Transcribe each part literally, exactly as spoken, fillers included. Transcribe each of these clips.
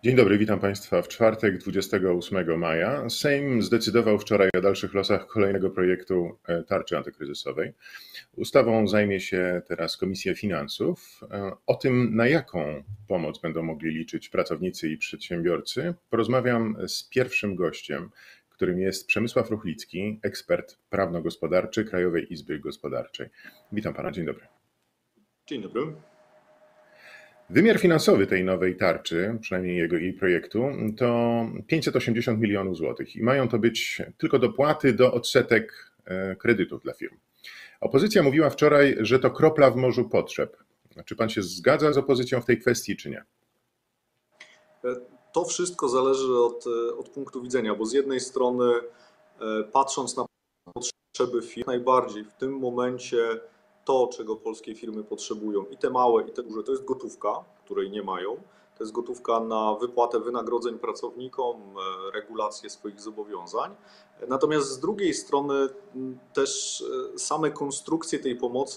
Dzień dobry, witam Państwa w czwartek, dwudziestego ósmego maja. Sejm zdecydował wczoraj o dalszych losach kolejnego projektu tarczy antykryzysowej. Ustawą zajmie się teraz Komisja Finansów. O tym, na jaką pomoc będą mogli liczyć pracownicy i przedsiębiorcy, porozmawiam z pierwszym gościem, którym jest Przemysław Ruchlicki, ekspert prawno-gospodarczy Krajowej Izby Gospodarczej. Witam Pana, dzień dobry. Dzień dobry. Wymiar finansowy tej nowej tarczy, przynajmniej jego jej projektu, to pięćset osiemdziesiąt milionów złotych i mają to być tylko dopłaty do odsetek kredytów dla firm. Opozycja mówiła wczoraj, że to kropla w morzu potrzeb. Czy pan się zgadza z opozycją w tej kwestii, czy nie? To wszystko zależy od, od punktu widzenia, bo z jednej strony patrząc na potrzeby firm, najbardziej w tym momencie to, czego polskie firmy potrzebują, i te małe, i te duże, to jest gotówka, której nie mają. To jest gotówka na wypłatę wynagrodzeń pracownikom, regulację swoich zobowiązań. Natomiast z drugiej strony też same konstrukcje tej pomocy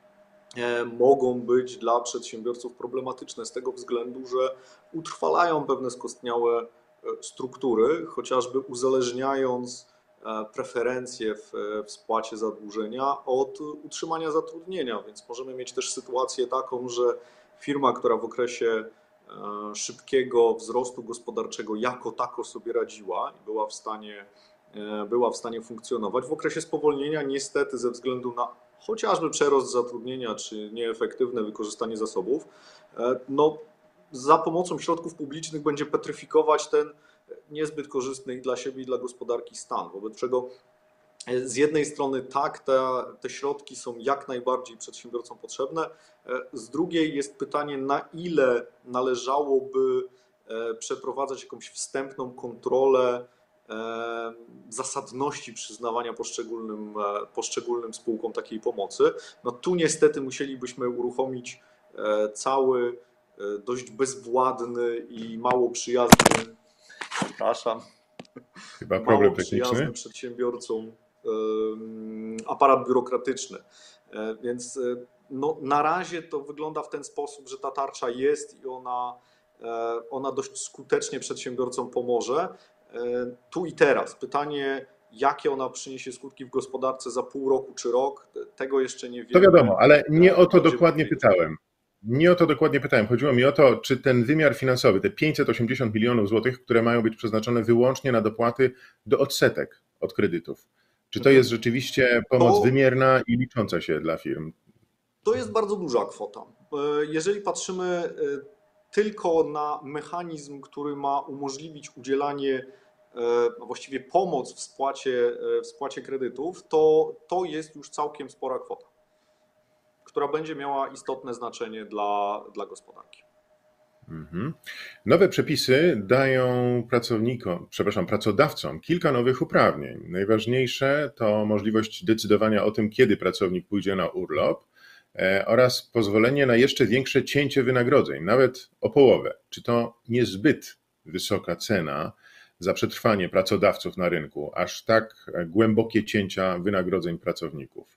mogą być dla przedsiębiorców problematyczne z tego względu, że utrwalają pewne skostniałe struktury, chociażby uzależniając preferencje w, w spłacie zadłużenia od utrzymania zatrudnienia, więc możemy mieć też sytuację taką, że firma, która w okresie szybkiego wzrostu gospodarczego jako tako sobie radziła i była w stanie, była w stanie funkcjonować, w okresie spowolnienia niestety ze względu na chociażby przerost zatrudnienia czy nieefektywne wykorzystanie zasobów, no, za pomocą środków publicznych będzie petryfikować ten niezbyt korzystny i dla siebie, i dla gospodarki stan, wobec czego z jednej strony tak, te, te środki są jak najbardziej przedsiębiorcom potrzebne, z drugiej jest pytanie, na ile należałoby przeprowadzać jakąś wstępną kontrolę zasadności przyznawania poszczególnym, poszczególnym spółkom takiej pomocy. No tu niestety musielibyśmy uruchomić cały dość bezwładny i mało przyjazny Przepraszam. Chyba problem mało przyjazny techniczny. Przedsiębiorcom aparat biurokratyczny. Więc no, na razie to wygląda w ten sposób, że ta tarcza jest i ona, ona dość skutecznie przedsiębiorcom pomoże. Tu i teraz. Pytanie, jakie ona przyniesie skutki w gospodarce za pół roku czy rok, tego jeszcze nie wiemy. To wiadomo, ale nie o to dokładnie pytałem. Nie o to dokładnie pytałem. Chodziło mi o to, czy ten wymiar finansowy, te pięćset osiemdziesiąt milionów złotych, które mają być przeznaczone wyłącznie na dopłaty do odsetek od kredytów, czy to jest rzeczywiście pomoc to, wymierna i licząca się dla firm? To jest bardzo duża kwota. Jeżeli patrzymy tylko na mechanizm, który ma umożliwić udzielanie, właściwie pomoc w spłacie, w spłacie kredytów, to to jest już całkiem spora kwota, która będzie miała istotne znaczenie dla, dla gospodarki. Mhm. Nowe przepisy dają pracownikom, przepraszam, pracodawcom kilka nowych uprawnień. Najważniejsze to możliwość decydowania o tym, kiedy pracownik pójdzie na urlop oraz pozwolenie na jeszcze większe cięcie wynagrodzeń, nawet o połowę. Czy to niezbyt wysoka cena za przetrwanie pracodawców na rynku, aż tak głębokie cięcia wynagrodzeń pracowników?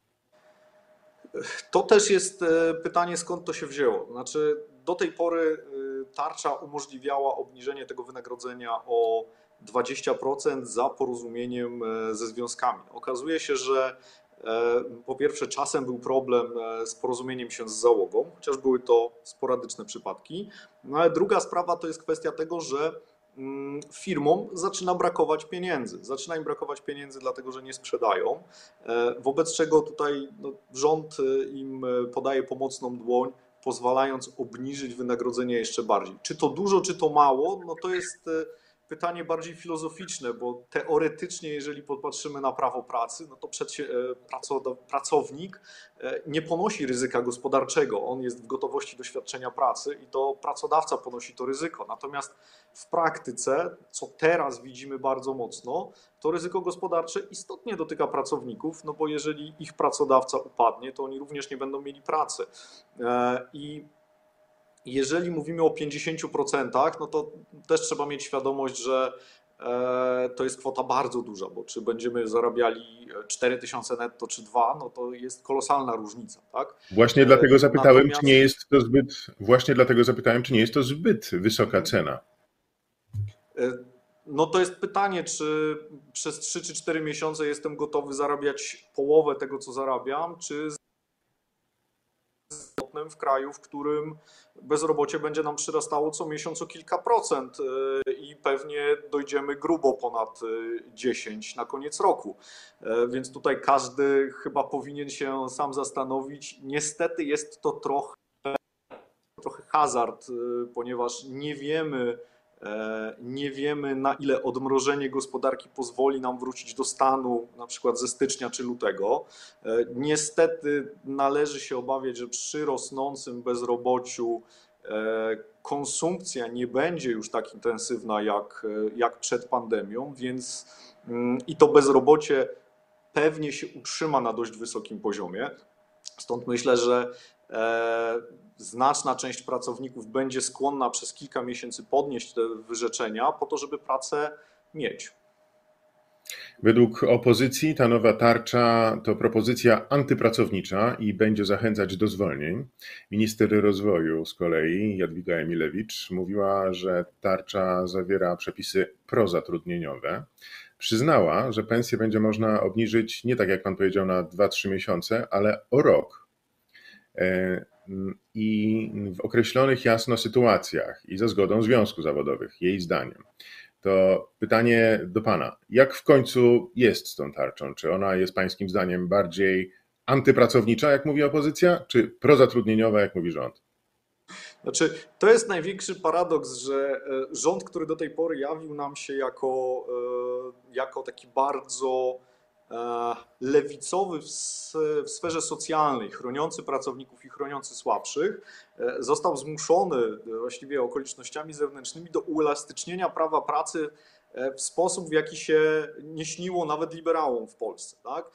To też jest pytanie, skąd to się wzięło. Znaczy, do tej pory tarcza umożliwiała obniżenie tego wynagrodzenia o dwadzieścia procent za porozumieniem ze związkami. Okazuje się, że po pierwsze czasem był problem z porozumieniem się z załogą, chociaż były to sporadyczne przypadki, no ale druga sprawa to jest kwestia tego, że firmom zaczyna brakować pieniędzy. Zaczyna im brakować pieniędzy, dlatego że nie sprzedają, wobec czego tutaj no, rząd im podaje pomocną dłoń, pozwalając obniżyć wynagrodzenie jeszcze bardziej. Czy to dużo, czy to mało? No to jest pytanie bardziej filozoficzne, bo teoretycznie, jeżeli popatrzymy na prawo pracy, no to pracownik nie ponosi ryzyka gospodarczego. On jest w gotowości do świadczenia pracy i to pracodawca ponosi to ryzyko. Natomiast w praktyce, co teraz widzimy bardzo mocno, to ryzyko gospodarcze istotnie dotyka pracowników, no bo jeżeli ich pracodawca upadnie, to oni również nie będą mieli pracy. I jeżeli mówimy o pięćdziesięciu procentach, no to też trzeba mieć świadomość, że to jest kwota bardzo duża, bo czy będziemy zarabiali cztery tysiące netto czy dwa, no to jest kolosalna różnica, tak? Właśnie dlatego zapytałem, Natomiast... czy nie jest to zbyt, właśnie dlatego zapytałem, czy nie jest to zbyt wysoka cena No to jest pytanie, czy przez trzy czy cztery miesiące jestem gotowy zarabiać połowę tego, co zarabiam, czy w kraju, w którym bezrobocie będzie nam przyrastało co miesiąc o kilka procent i pewnie dojdziemy grubo ponad dziesięć na koniec roku. Więc tutaj każdy chyba powinien się sam zastanowić. Niestety jest to trochę, trochę hazard, ponieważ nie wiemy, nie wiemy, na ile odmrożenie gospodarki pozwoli nam wrócić do stanu na przykład ze stycznia czy lutego. Niestety należy się obawiać, że przy rosnącym bezrobociu konsumpcja nie będzie już tak intensywna jak, jak przed pandemią, więc i to bezrobocie pewnie się utrzyma na dość wysokim poziomie. Stąd myślę, że znaczna część pracowników będzie skłonna przez kilka miesięcy podnieść te wyrzeczenia po to, żeby pracę mieć. Według opozycji ta nowa tarcza to propozycja antypracownicza i będzie zachęcać do zwolnień. Minister rozwoju z kolei, Jadwiga Emilewicz, mówiła, że tarcza zawiera przepisy prozatrudnieniowe. Przyznała, że pensję będzie można obniżyć nie tak jak pan powiedział na dwa trzy miesiące, ale o rok. I w określonych jasno sytuacjach i za zgodą związków zawodowych, jej zdaniem. To pytanie do pana, jak w końcu jest z tą tarczą? Czy ona jest pańskim zdaniem bardziej antypracownicza, jak mówi opozycja, czy prozatrudnieniowa, jak mówi rząd? Znaczy, to jest największy paradoks, że rząd, który do tej pory jawił nam się jako, jako taki bardzo lewicowy w sferze socjalnej, chroniący pracowników i chroniący słabszych, został zmuszony właściwie okolicznościami zewnętrznymi do uelastycznienia prawa pracy w sposób, w jaki się nie śniło nawet liberałom w Polsce. Tak?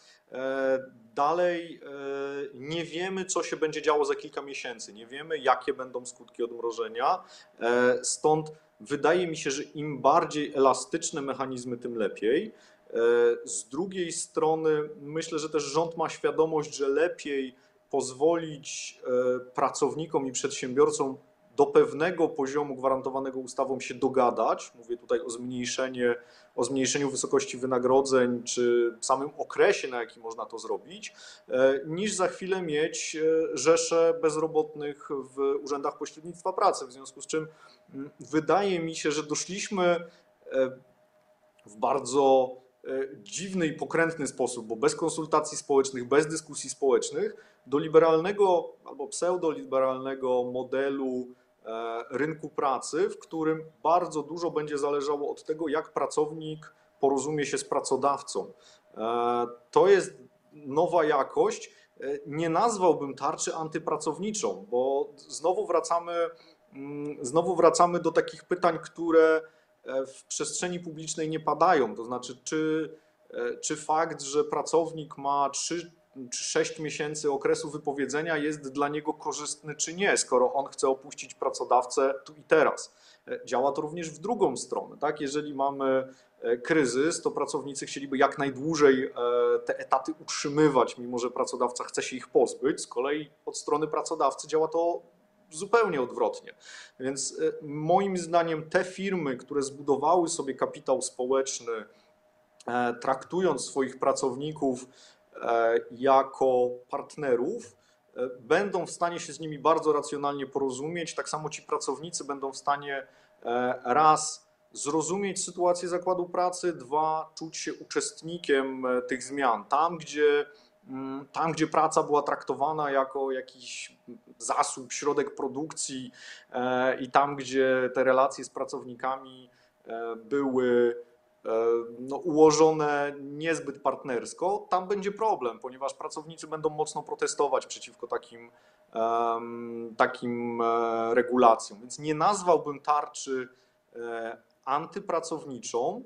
Dalej nie wiemy, co się będzie działo za kilka miesięcy, nie wiemy, jakie będą skutki odmrożenia, stąd wydaje mi się, że im bardziej elastyczne mechanizmy, tym lepiej. Z drugiej strony myślę, że też rząd ma świadomość, że lepiej pozwolić pracownikom i przedsiębiorcom do pewnego poziomu gwarantowanego ustawą się dogadać, mówię tutaj o, zmniejszenie, o zmniejszeniu wysokości wynagrodzeń czy samym okresie, na jaki można to zrobić, niż za chwilę mieć rzesze bezrobotnych w urzędach pośrednictwa pracy, w związku z czym wydaje mi się, że doszliśmy w bardzo dziwny i pokrętny sposób, bo bez konsultacji społecznych, bez dyskusji społecznych, do liberalnego albo pseudoliberalnego modelu rynku pracy, w którym bardzo dużo będzie zależało od tego, jak pracownik porozumie się z pracodawcą. To jest nowa jakość. Nie nazwałbym tarczy antypracowniczą, bo znowu wracamy, znowu wracamy do takich pytań, które w przestrzeni publicznej nie padają, to znaczy czy, czy fakt, że pracownik ma trzy czy sześć miesięcy okresu wypowiedzenia jest dla niego korzystny czy nie, skoro on chce opuścić pracodawcę tu i teraz. Działa to również w drugą stronę. Tak? Jeżeli mamy kryzys, to pracownicy chcieliby jak najdłużej te etaty utrzymywać, mimo że pracodawca chce się ich pozbyć. Z kolei od strony pracodawcy działa to zupełnie odwrotnie. Więc moim zdaniem te firmy, które zbudowały sobie kapitał społeczny, traktując swoich pracowników jako partnerów, będą w stanie się z nimi bardzo racjonalnie porozumieć. Tak samo ci pracownicy będą w stanie raz zrozumieć sytuację zakładu pracy, dwa czuć się uczestnikiem tych zmian. Tam, gdzie Tam, gdzie praca była traktowana jako jakiś zasób, środek produkcji i tam, gdzie te relacje z pracownikami były no, ułożone niezbyt partnersko, tam będzie problem, ponieważ pracownicy będą mocno protestować przeciwko takim, takim regulacjom. Więc nie nazwałbym tarczy antypracowniczą.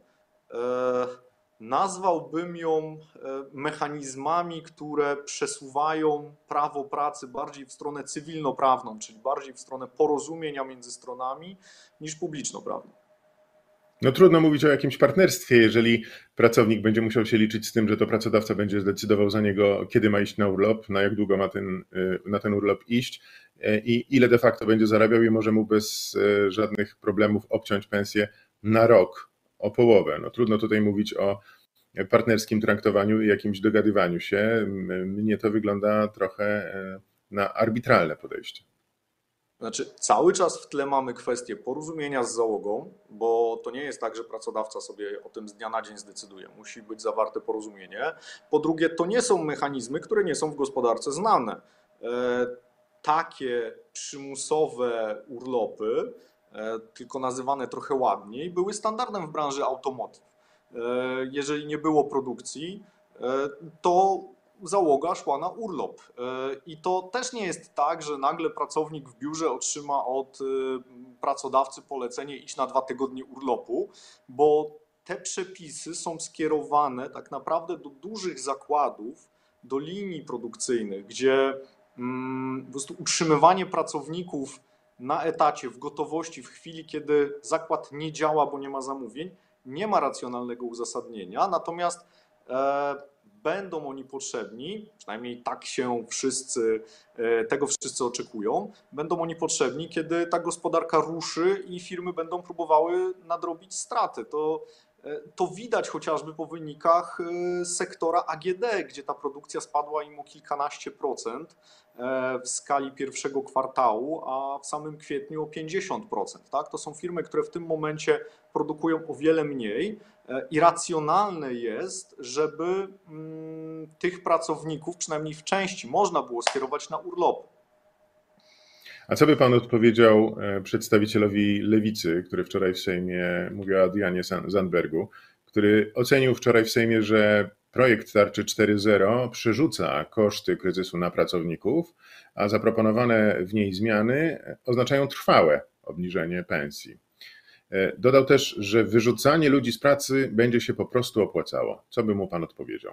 Nazwałbym ją mechanizmami, które przesuwają prawo pracy bardziej w stronę cywilnoprawną, czyli bardziej w stronę porozumienia między stronami niż publiczno-prawną. No trudno mówić o jakimś partnerstwie, jeżeli pracownik będzie musiał się liczyć z tym, że to pracodawca będzie decydował za niego, kiedy ma iść na urlop, na jak długo ma ten, na ten urlop iść i ile de facto będzie zarabiał i może mu bez żadnych problemów obciąć pensję na rok o połowę. No, trudno tutaj mówić o partnerskim traktowaniu i jakimś dogadywaniu się. Mnie to wygląda trochę na arbitralne podejście. Znaczy, cały czas w tle mamy kwestię porozumienia z załogą, bo to nie jest tak, że pracodawca sobie o tym z dnia na dzień zdecyduje. Musi być zawarte porozumienie. Po drugie, to nie są mechanizmy, które nie są w gospodarce znane. Takie przymusowe urlopy, tylko nazywane trochę ładniej, były standardem w branży automotive. Jeżeli nie było produkcji, to załoga szła na urlop. I to też nie jest tak, że nagle pracownik w biurze otrzyma od pracodawcy polecenie iść na dwa tygodnie urlopu, bo te przepisy są skierowane tak naprawdę do dużych zakładów, do linii produkcyjnych, gdzie po prostu utrzymywanie pracowników na etacie, w gotowości, w chwili, kiedy zakład nie działa, bo nie ma zamówień, nie ma racjonalnego uzasadnienia, natomiast e, będą oni potrzebni, przynajmniej tak się wszyscy, e, tego wszyscy oczekują, będą oni potrzebni, kiedy ta gospodarka ruszy i firmy będą próbowały nadrobić straty. To, e, to widać chociażby po wynikach e, sektora A G D, gdzie ta produkcja spadła im o kilkanaście procent w skali pierwszego kwartału, a w samym kwietniu o pięćdziesiąt procent. Tak? To są firmy, które w tym momencie produkują o wiele mniej i racjonalne jest, żeby tych pracowników przynajmniej w części można było skierować na urlopy. A co by pan odpowiedział przedstawicielowi Lewicy, który wczoraj w Sejmie mówił o Adrianie Zandbergu, który ocenił wczoraj w Sejmie, że projekt tarczy cztery zero przerzuca koszty kryzysu na pracowników, a zaproponowane w niej zmiany oznaczają trwałe obniżenie pensji. Dodał też, że wyrzucanie ludzi z pracy będzie się po prostu opłacało. Co by mu pan odpowiedział?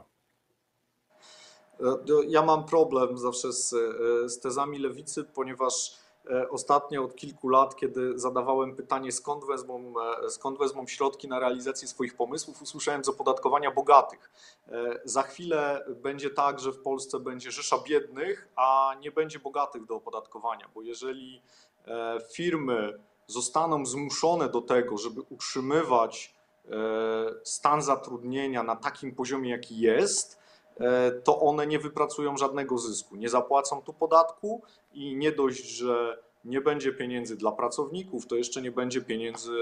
Ja mam problem zawsze z, z tezami lewicy, ponieważ ostatnio od kilku lat, kiedy zadawałem pytanie, skąd wezmą, skąd wezmą środki na realizację swoich pomysłów, usłyszałem z opodatkowania bogatych. Za chwilę będzie tak, że w Polsce będzie rzesza biednych, a nie będzie bogatych do opodatkowania, bo jeżeli firmy zostaną zmuszone do tego, żeby utrzymywać stan zatrudnienia na takim poziomie, jaki jest, to one nie wypracują żadnego zysku, nie zapłacą tu podatku i nie dość, że nie będzie pieniędzy dla pracowników, to jeszcze nie będzie pieniędzy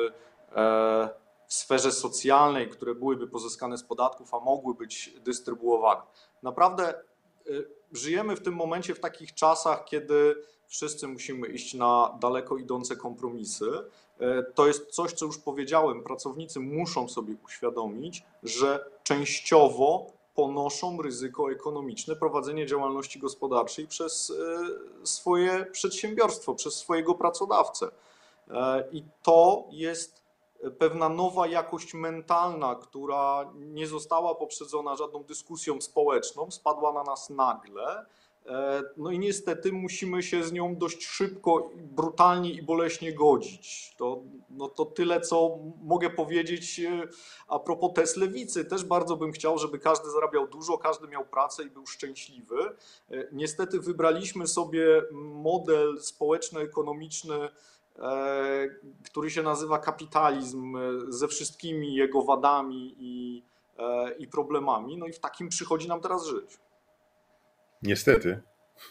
w sferze socjalnej, które byłyby pozyskane z podatków, a mogły być dystrybuowane. Naprawdę żyjemy w tym momencie w takich czasach, kiedy wszyscy musimy iść na daleko idące kompromisy. To jest coś, co już powiedziałem, pracownicy muszą sobie uświadomić, że częściowo ponoszą ryzyko ekonomiczne prowadzenia działalności gospodarczej przez swoje przedsiębiorstwo, przez swojego pracodawcę. I to jest pewna nowa jakość mentalna, która nie została poprzedzona żadną dyskusją społeczną, spadła na nas nagle. No i niestety musimy się z nią dość szybko, brutalnie i boleśnie godzić. To, no to tyle, co mogę powiedzieć a propos tez lewicy. Też bardzo bym chciał, żeby każdy zarabiał dużo, każdy miał pracę i był szczęśliwy. Niestety wybraliśmy sobie model społeczno-ekonomiczny, który się nazywa kapitalizm, ze wszystkimi jego wadami i, i problemami. No i w takim przychodzi nam teraz żyć. Niestety.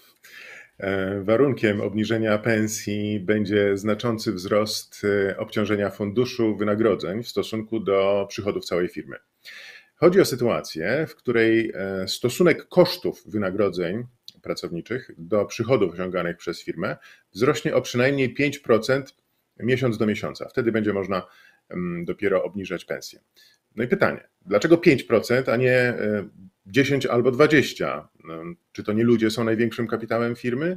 Warunkiem obniżenia pensji będzie znaczący wzrost obciążenia funduszu wynagrodzeń w stosunku do przychodów całej firmy. Chodzi o sytuację, w której stosunek kosztów wynagrodzeń pracowniczych do przychodów osiąganych przez firmę wzrośnie o przynajmniej pięć procent miesiąc do miesiąca. Wtedy będzie można dopiero obniżać pensję. No i pytanie, dlaczego pięć procent, a nie dziesięć albo dwadzieścia? Czy to nie ludzie są największym kapitałem firmy?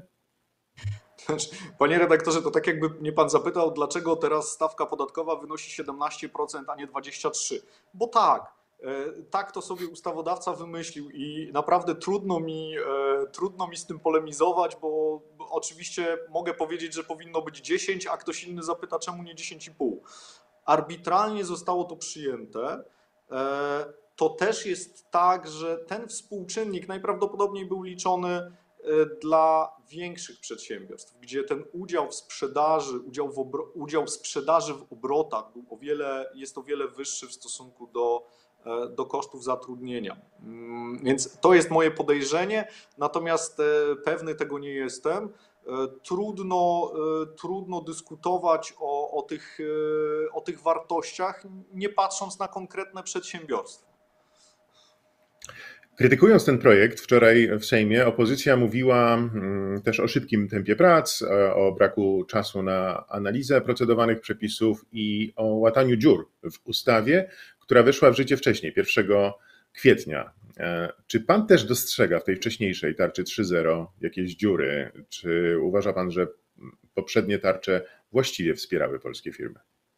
Panie redaktorze, to tak jakby mnie pan zapytał, dlaczego teraz stawka podatkowa wynosi siedemnaście procent, a nie dwadzieścia trzy procent? Bo tak, tak to sobie ustawodawca wymyślił i naprawdę trudno mi, trudno mi z tym polemizować, bo oczywiście mogę powiedzieć, że powinno być dziesięć, a ktoś inny zapyta, czemu nie dziesięć i pół. Arbitralnie zostało to przyjęte. To też jest tak, że ten współczynnik najprawdopodobniej był liczony dla większych przedsiębiorstw, gdzie ten udział w sprzedaży, udział w, obro, udział w sprzedaży w obrotach był o wiele, jest o wiele wyższy w stosunku do, do kosztów zatrudnienia. Więc to jest moje podejrzenie, natomiast pewny tego nie jestem. Trudno, trudno dyskutować o, o, tych, o tych wartościach, nie patrząc na konkretne przedsiębiorstwo. Krytykując ten projekt wczoraj w Sejmie, opozycja mówiła też o szybkim tempie prac, o braku czasu na analizę procedowanych przepisów i o łataniu dziur w ustawie, która weszła w życie wcześniej, pierwszego kwietnia. Czy pan też dostrzega w tej wcześniejszej tarczy trzy zero jakieś dziury? Czy uważa pan, że poprzednie tarcze właściwie wspierały polskie firmy?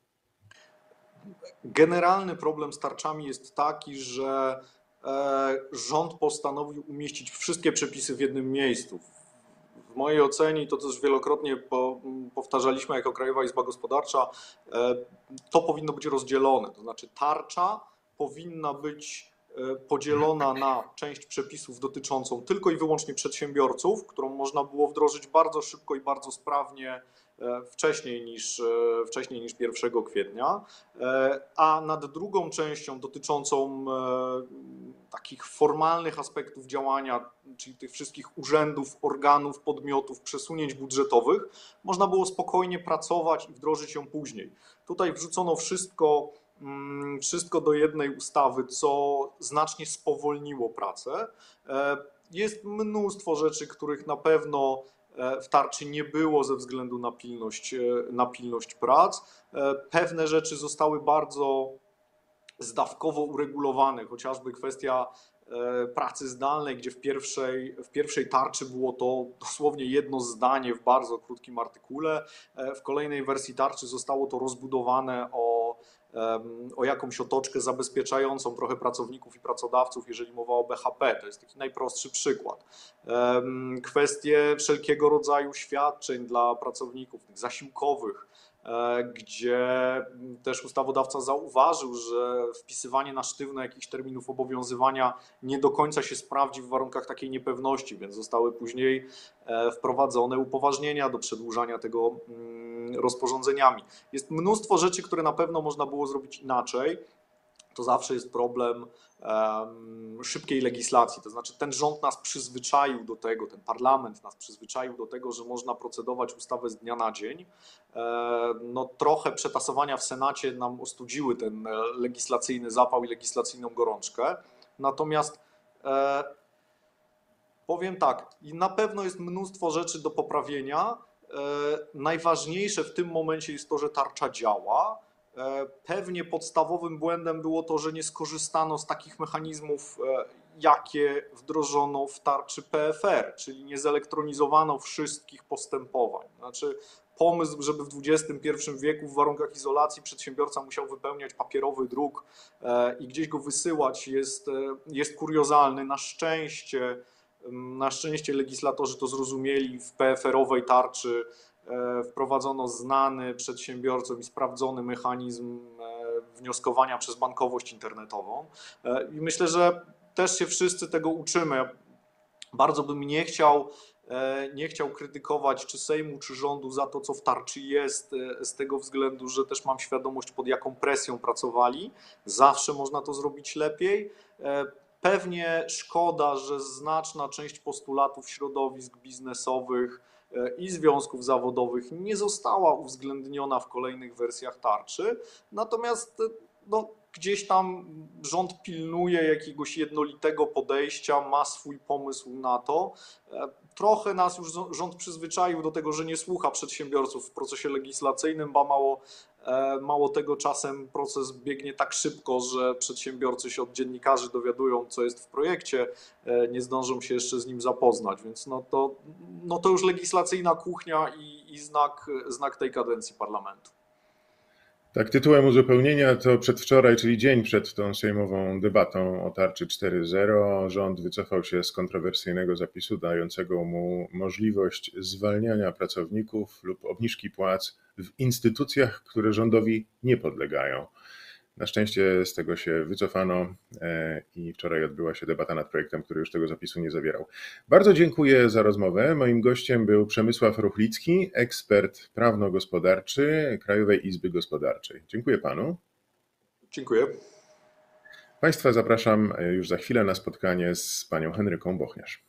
Generalny problem z tarczami jest taki, że rząd postanowił umieścić wszystkie przepisy w jednym miejscu. W mojej ocenie, to też wielokrotnie powtarzaliśmy jako Krajowa Izba Gospodarcza, to powinno być rozdzielone. To znaczy tarcza powinna być podzielona na część przepisów dotyczącą tylko i wyłącznie przedsiębiorców, którą można było wdrożyć bardzo szybko i bardzo sprawnie wcześniej niż, wcześniej niż pierwszego kwietnia, a nad drugą częścią dotyczącą takich formalnych aspektów działania, czyli tych wszystkich urzędów, organów, podmiotów, przesunięć budżetowych, można było spokojnie pracować i wdrożyć ją później. Tutaj wrzucono wszystko, wszystko do jednej ustawy, co znacznie spowolniło pracę. Jest mnóstwo rzeczy, których na pewno w tarczy nie było ze względu na pilność, na pilność prac. Pewne rzeczy zostały bardzo zdawkowo uregulowane, chociażby kwestia pracy zdalnej, gdzie w pierwszej, w pierwszej tarczy było to dosłownie jedno zdanie w bardzo krótkim artykule. W kolejnej wersji tarczy zostało to rozbudowane o, o jakąś otoczkę zabezpieczającą trochę pracowników i pracodawców, jeżeli mowa o B H P. To jest taki najprostszy przykład. Kwestie wszelkiego rodzaju świadczeń dla pracowników, tych zasiłkowych, gdzie też ustawodawca zauważył, że wpisywanie na sztywno jakichś terminów obowiązywania nie do końca się sprawdzi w warunkach takiej niepewności, więc zostały później wprowadzone upoważnienia do przedłużania tego rozporządzeniami. Jest mnóstwo rzeczy, które na pewno można było zrobić inaczej. To zawsze jest problem um, szybkiej legislacji, to znaczy ten rząd nas przyzwyczaił do tego, ten parlament nas przyzwyczaił do tego, że można procedować ustawę z dnia na dzień. E, no trochę przetasowania w Senacie nam ostudziły ten legislacyjny zapał i legislacyjną gorączkę, natomiast e, powiem tak, i na pewno jest mnóstwo rzeczy do poprawienia. E, najważniejsze w tym momencie jest to, że tarcza działa. Pewnie podstawowym błędem było to, że nie skorzystano z takich mechanizmów, jakie wdrożono w tarczy P F R, czyli nie zelektronizowano wszystkich postępowań. Znaczy pomysł, żeby w dwudziestym pierwszym wieku w warunkach izolacji przedsiębiorca musiał wypełniać papierowy druk i gdzieś go wysyłać, jest, jest kuriozalny. Na szczęście, na szczęście legislatorzy to zrozumieli. W P F R-owej tarczy wprowadzono znany przedsiębiorcom i sprawdzony mechanizm wnioskowania przez bankowość internetową. I myślę, że też się wszyscy tego uczymy. Bardzo bym nie chciał, nie chciał krytykować czy Sejmu, czy rządu za to, co w tarczy jest, z tego względu, że też mam świadomość, pod jaką presją pracowali. Zawsze można to zrobić lepiej. Pewnie szkoda, że znaczna część postulatów środowisk biznesowych i związków zawodowych nie została uwzględniona w kolejnych wersjach tarczy, natomiast no, gdzieś tam rząd pilnuje jakiegoś jednolitego podejścia, ma swój pomysł na to. Trochę nas już rząd przyzwyczaił do tego, że nie słucha przedsiębiorców w procesie legislacyjnym, ba mało, mało tego, czasem proces biegnie tak szybko, że przedsiębiorcy się od dziennikarzy dowiadują, co jest w projekcie, nie zdążą się jeszcze z nim zapoznać, więc no to, no to już legislacyjna kuchnia i, i znak, znak tej kadencji parlamentu. Tak, tytułem uzupełnienia to przedwczoraj, czyli dzień przed tą sejmową debatą o tarczy cztery zero, rząd wycofał się z kontrowersyjnego zapisu dającego mu możliwość zwalniania pracowników lub obniżki płac w instytucjach, które rządowi nie podlegają. Na szczęście z tego się wycofano i wczoraj odbyła się debata nad projektem, który już tego zapisu nie zawierał. Bardzo dziękuję za rozmowę. Moim gościem był Przemysław Ruchlicki, ekspert prawno-gospodarczy Krajowej Izby Gospodarczej. Dziękuję panu. Dziękuję. Państwa zapraszam już za chwilę na spotkanie z panią Henryką Bochniarz.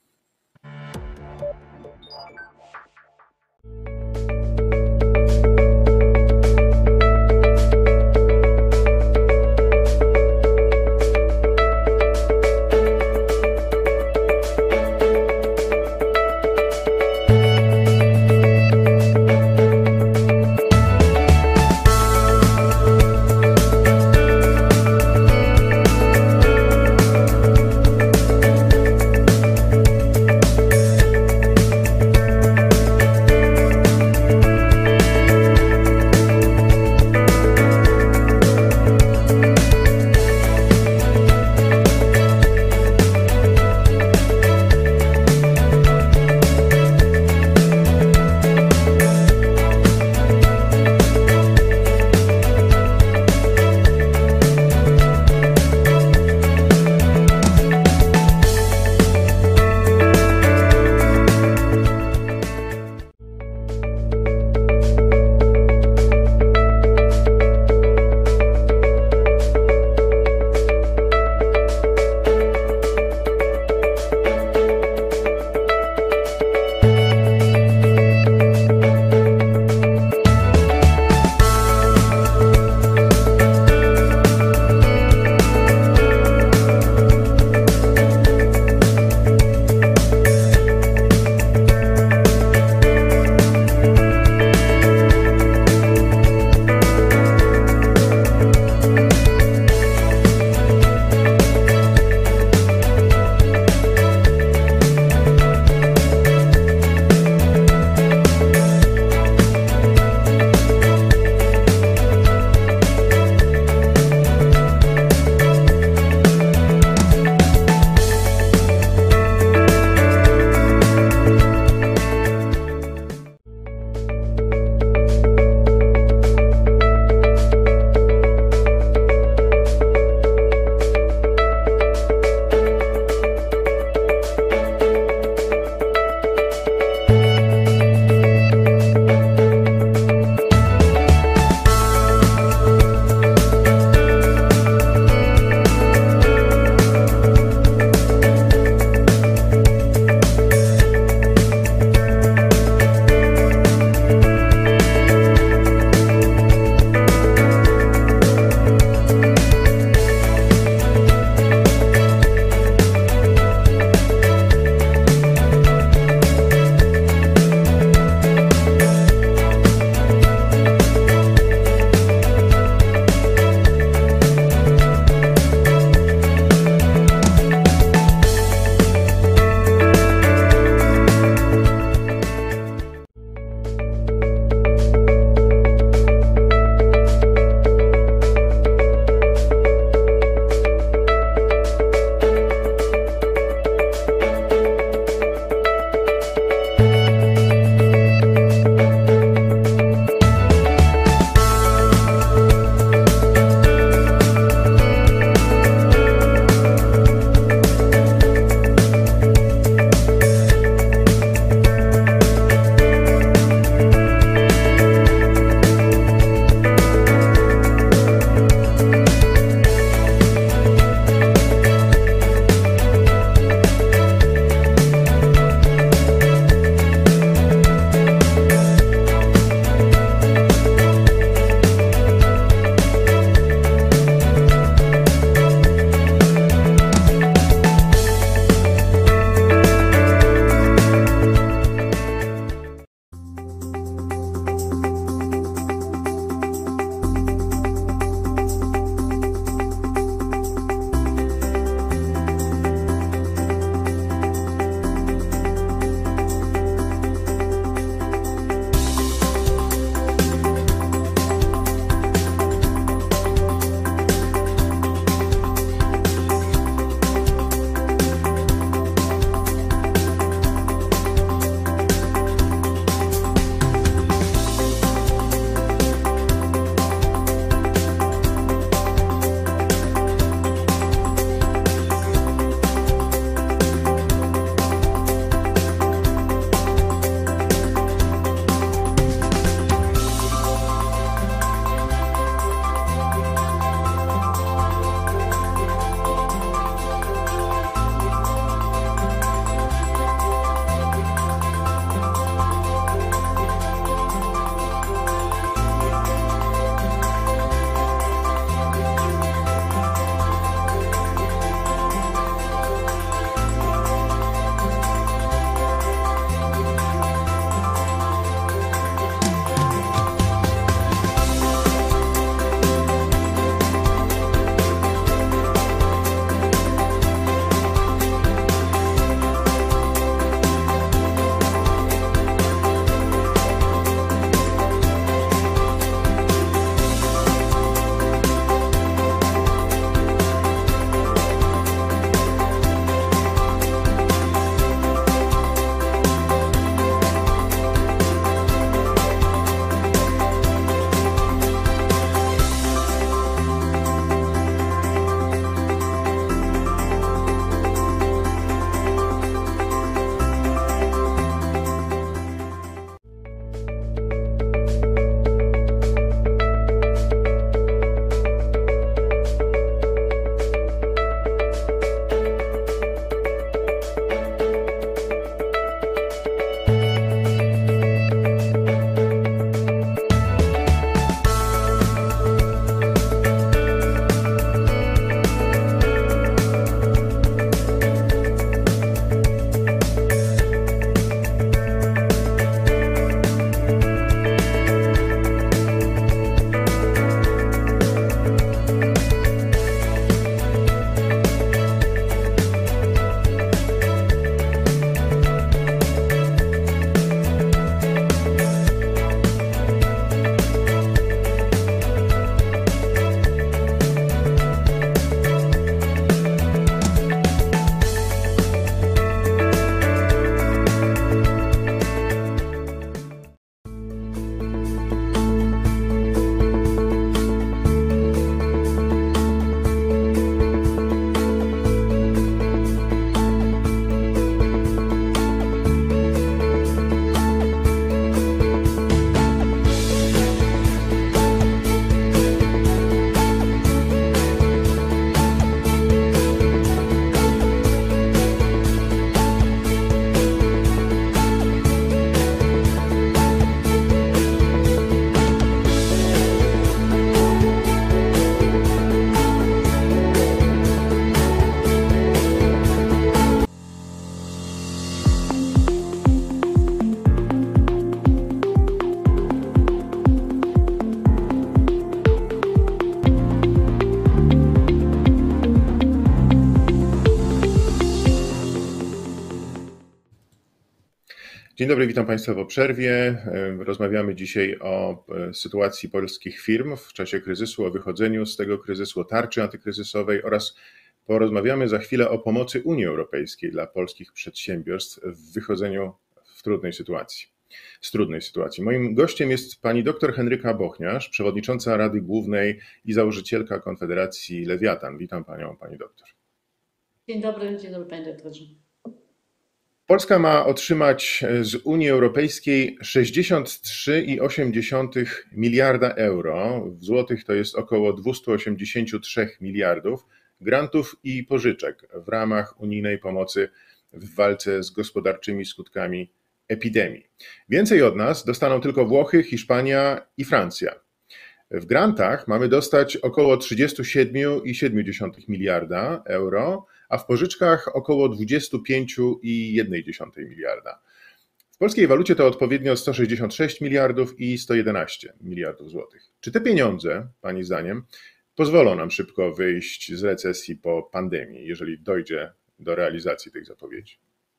Dzień dobry, witam Państwa po przerwie. Rozmawiamy dzisiaj o sytuacji polskich firm w czasie kryzysu, o wychodzeniu z tego kryzysu, o tarczy antykryzysowej oraz porozmawiamy za chwilę o pomocy Unii Europejskiej dla polskich przedsiębiorstw w wychodzeniu w trudnej sytuacji, z trudnej sytuacji. Moim gościem jest pani dr Henryka Bochniarz, przewodnicząca Rady Głównej i założycielka Konfederacji Lewiatan. Witam panią, pani doktor. Dzień dobry, dzień dobry panie doktorze. Polska ma otrzymać z Unii Europejskiej sześćdziesiąt trzy i osiem dziesiątych miliarda euro, w złotych to jest około dwieście osiemdziesiąt trzy miliardów, grantów i pożyczek w ramach unijnej pomocy w walce z gospodarczymi skutkami epidemii. Więcej od nas dostaną tylko Włochy, Hiszpania i Francja. W grantach mamy dostać około trzydzieści siedem przecinek siedem miliarda euro, a w pożyczkach około dwadzieścia pięć przecinek jeden miliarda. W polskiej walucie to odpowiednio sto sześćdziesiąt sześć miliardów i sto jedenaście miliardów złotych. Czy te pieniądze, pani zdaniem, pozwolą nam szybko wyjść z recesji po pandemii, jeżeli dojdzie do realizacji tych zapowiedzi?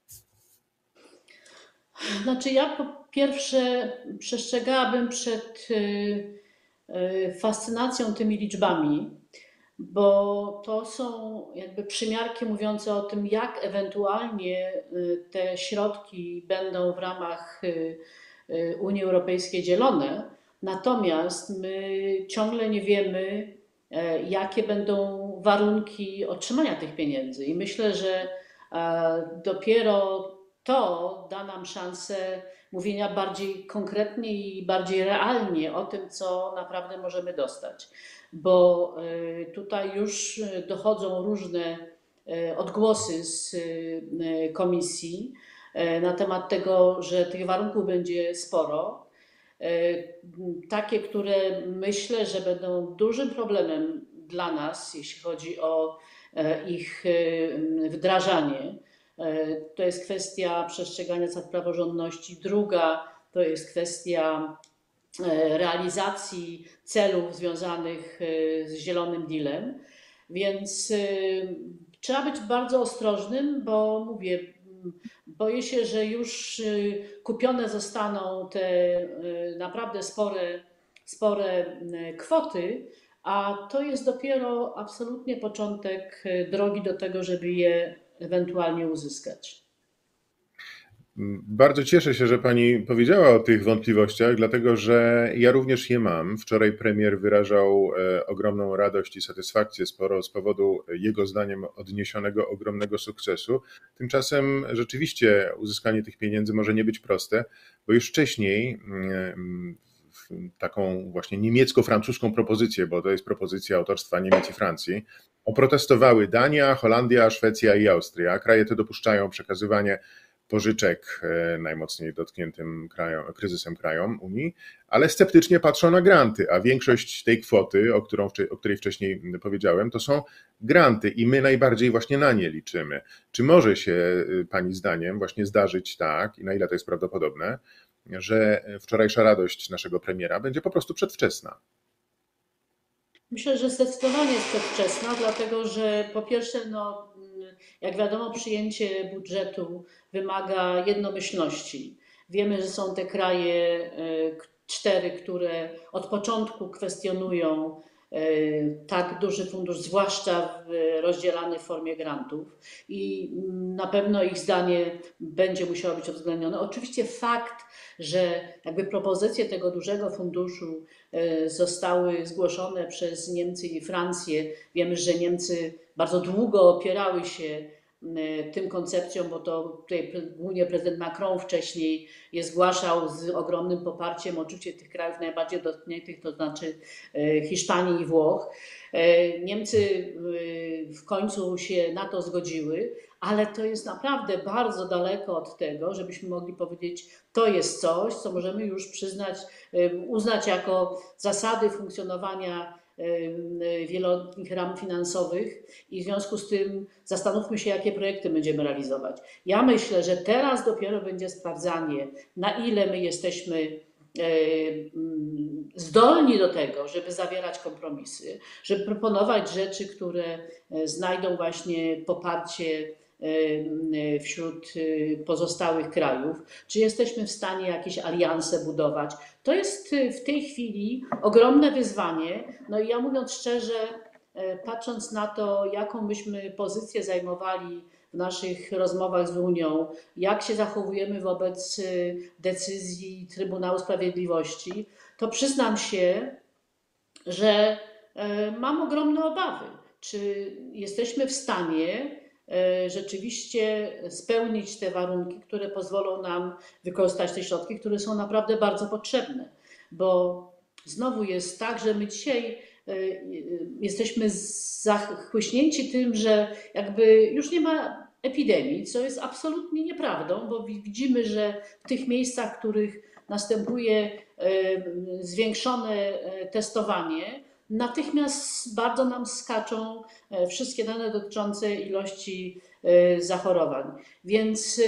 Znaczy ja po pierwsze przestrzegałabym przed fascynacją tymi liczbami, bo to są jakby przymiarki mówiące o tym, jak ewentualnie te środki będą w ramach Unii Europejskiej dzielone. Natomiast my ciągle nie wiemy, jakie będą warunki otrzymania tych pieniędzy. I myślę, że dopiero to da nam szansę mówienia bardziej konkretnie i bardziej realnie o tym, co naprawdę możemy dostać. Bo tutaj już dochodzą różne odgłosy z komisji na temat tego, że tych warunków będzie sporo. Takie, które myślę, że będą dużym problemem dla nas, jeśli chodzi o ich wdrażanie. To jest kwestia przestrzegania zasad praworządności. Druga to jest kwestia realizacji celów związanych z Zielonym Dealem. Więc trzeba być bardzo ostrożnym, bo mówię, boję się, że już kupione zostaną te naprawdę spore, spore kwoty, a to jest dopiero absolutnie początek drogi do tego, żeby je ewentualnie uzyskać. Bardzo cieszę się, że pani powiedziała o tych wątpliwościach, dlatego że ja również je mam. Wczoraj premier wyrażał ogromną radość i satysfakcję sporo z powodu jego zdaniem odniesionego ogromnego sukcesu. Tymczasem rzeczywiście uzyskanie tych pieniędzy może nie być proste, bo już wcześniej taką właśnie niemiecko-francuską propozycję, bo to jest propozycja autorstwa Niemiec i Francji, oprotestowały Dania, Holandia, Szwecja i Austria. Kraje te dopuszczają przekazywanie pożyczek najmocniej dotkniętym krajom, kryzysem krajom Unii, ale sceptycznie patrzą na granty, a większość tej kwoty, o, którą, o której wcześniej powiedziałem, to są granty i my najbardziej właśnie na nie liczymy. Czy może się pani zdaniem właśnie zdarzyć tak, i na ile to jest prawdopodobne, że wczorajsza radość naszego premiera będzie po prostu przedwczesna? Myślę, że zdecydowanie jest przedwczesna, dlatego że po pierwsze, no, jak wiadomo, przyjęcie budżetu wymaga jednomyślności. Wiemy, że są te kraje cztery, które od początku kwestionują tak duży fundusz, zwłaszcza rozdzielany w formie grantów, i na pewno ich zdanie będzie musiało być uwzględnione. Oczywiście fakt, że jakby propozycje tego dużego funduszu zostały zgłoszone przez Niemcy i Francję. Wiemy, że Niemcy bardzo długo opierały się tym koncepcjom, bo to tutaj głównie prezydent Macron wcześniej je zgłaszał z ogromnym poparciem oczywiście tych krajów najbardziej dotkniętych, to znaczy Hiszpanii i Włoch. Niemcy w końcu się na to zgodziły, ale to jest naprawdę bardzo daleko od tego, żebyśmy mogli powiedzieć, to jest coś, co możemy już przyznać, uznać jako zasady funkcjonowania wieloletnich ram finansowych i w związku z tym zastanówmy się, jakie projekty będziemy realizować. Ja myślę, że teraz dopiero będzie sprawdzanie, na ile my jesteśmy zdolni do tego, żeby zawierać kompromisy, żeby proponować rzeczy, które znajdą właśnie poparcie wśród pozostałych krajów, czy jesteśmy w stanie jakieś alianse budować. To jest w tej chwili ogromne wyzwanie. No i ja mówiąc szczerze, patrząc na to, jaką myśmy pozycję zajmowali w naszych rozmowach z Unią, jak się zachowujemy wobec decyzji Trybunału Sprawiedliwości, to przyznam się, że mam ogromne obawy, czy jesteśmy w stanie rzeczywiście spełnić te warunki, które pozwolą nam wykorzystać te środki, które są naprawdę bardzo potrzebne. Bo znowu jest tak, że my dzisiaj jesteśmy zachłyśnięci tym, że jakby już nie ma epidemii, co jest absolutnie nieprawdą, bo widzimy, że w tych miejscach, w których następuje zwiększone testowanie, natychmiast bardzo nam skaczą wszystkie dane dotyczące ilości zachorowań. Więc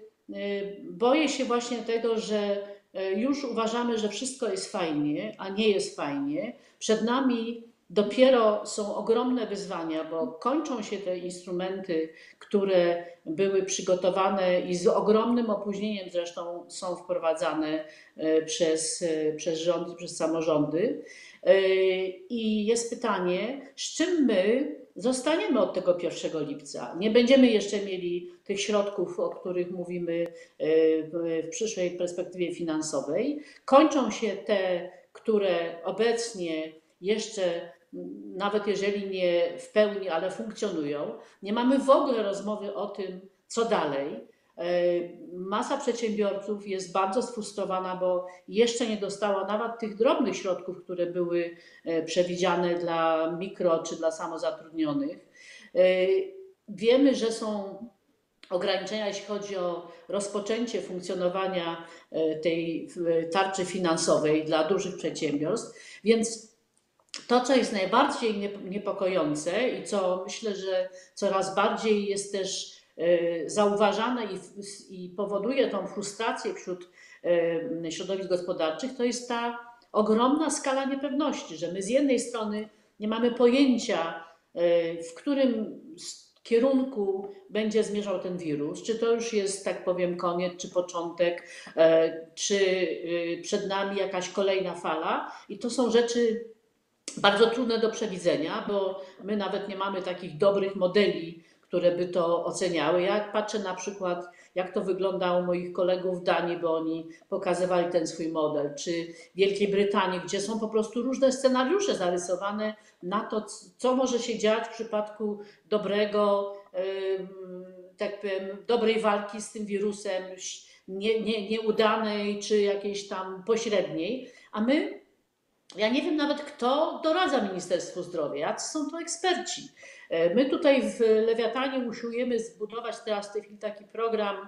boję się właśnie tego, że już uważamy, że wszystko jest fajnie, a nie jest fajnie. Przed nami dopiero są ogromne wyzwania, bo kończą się te instrumenty, które były przygotowane i z ogromnym opóźnieniem zresztą są wprowadzane przez, przez rząd i przez samorządy. I jest pytanie, z czym my zostaniemy od tego pierwszego lipca. Nie będziemy jeszcze mieli tych środków, o których mówimy w przyszłej perspektywie finansowej. Kończą się te, które obecnie jeszcze, nawet jeżeli nie w pełni, ale funkcjonują. Nie mamy w ogóle rozmowy o tym, co dalej. Masa przedsiębiorców jest bardzo sfrustrowana, bo jeszcze nie dostała nawet tych drobnych środków, które były przewidziane dla mikro czy dla samozatrudnionych. Wiemy, że są ograniczenia, jeśli chodzi o rozpoczęcie funkcjonowania tej tarczy finansowej dla dużych przedsiębiorstw, więc to, co jest najbardziej niepokojące i co myślę, że coraz bardziej jest też zauważane i, i powoduje tą frustrację wśród środowisk gospodarczych, to jest ta ogromna skala niepewności, że my z jednej strony nie mamy pojęcia, w którym kierunku będzie zmierzał ten wirus, czy to już jest, tak powiem, koniec, czy początek, czy przed nami jakaś kolejna fala i to są rzeczy bardzo trudne do przewidzenia, bo my nawet nie mamy takich dobrych modeli, które by to oceniały. Ja patrzę na przykład, jak to wygląda u moich kolegów w Danii, bo oni pokazywali ten swój model, czy w Wielkiej Brytanii, gdzie są po prostu różne scenariusze zarysowane na to, co może się dziać w przypadku dobrego, tak powiem, dobrej walki z tym wirusem, nie, nie, nieudanej, czy jakiejś tam pośredniej, a my, ja nie wiem nawet, kto doradza Ministerstwu Zdrowia, jacy są to eksperci. My tutaj w Lewiatanie usiłujemy zbudować teraz w tej chwili taki program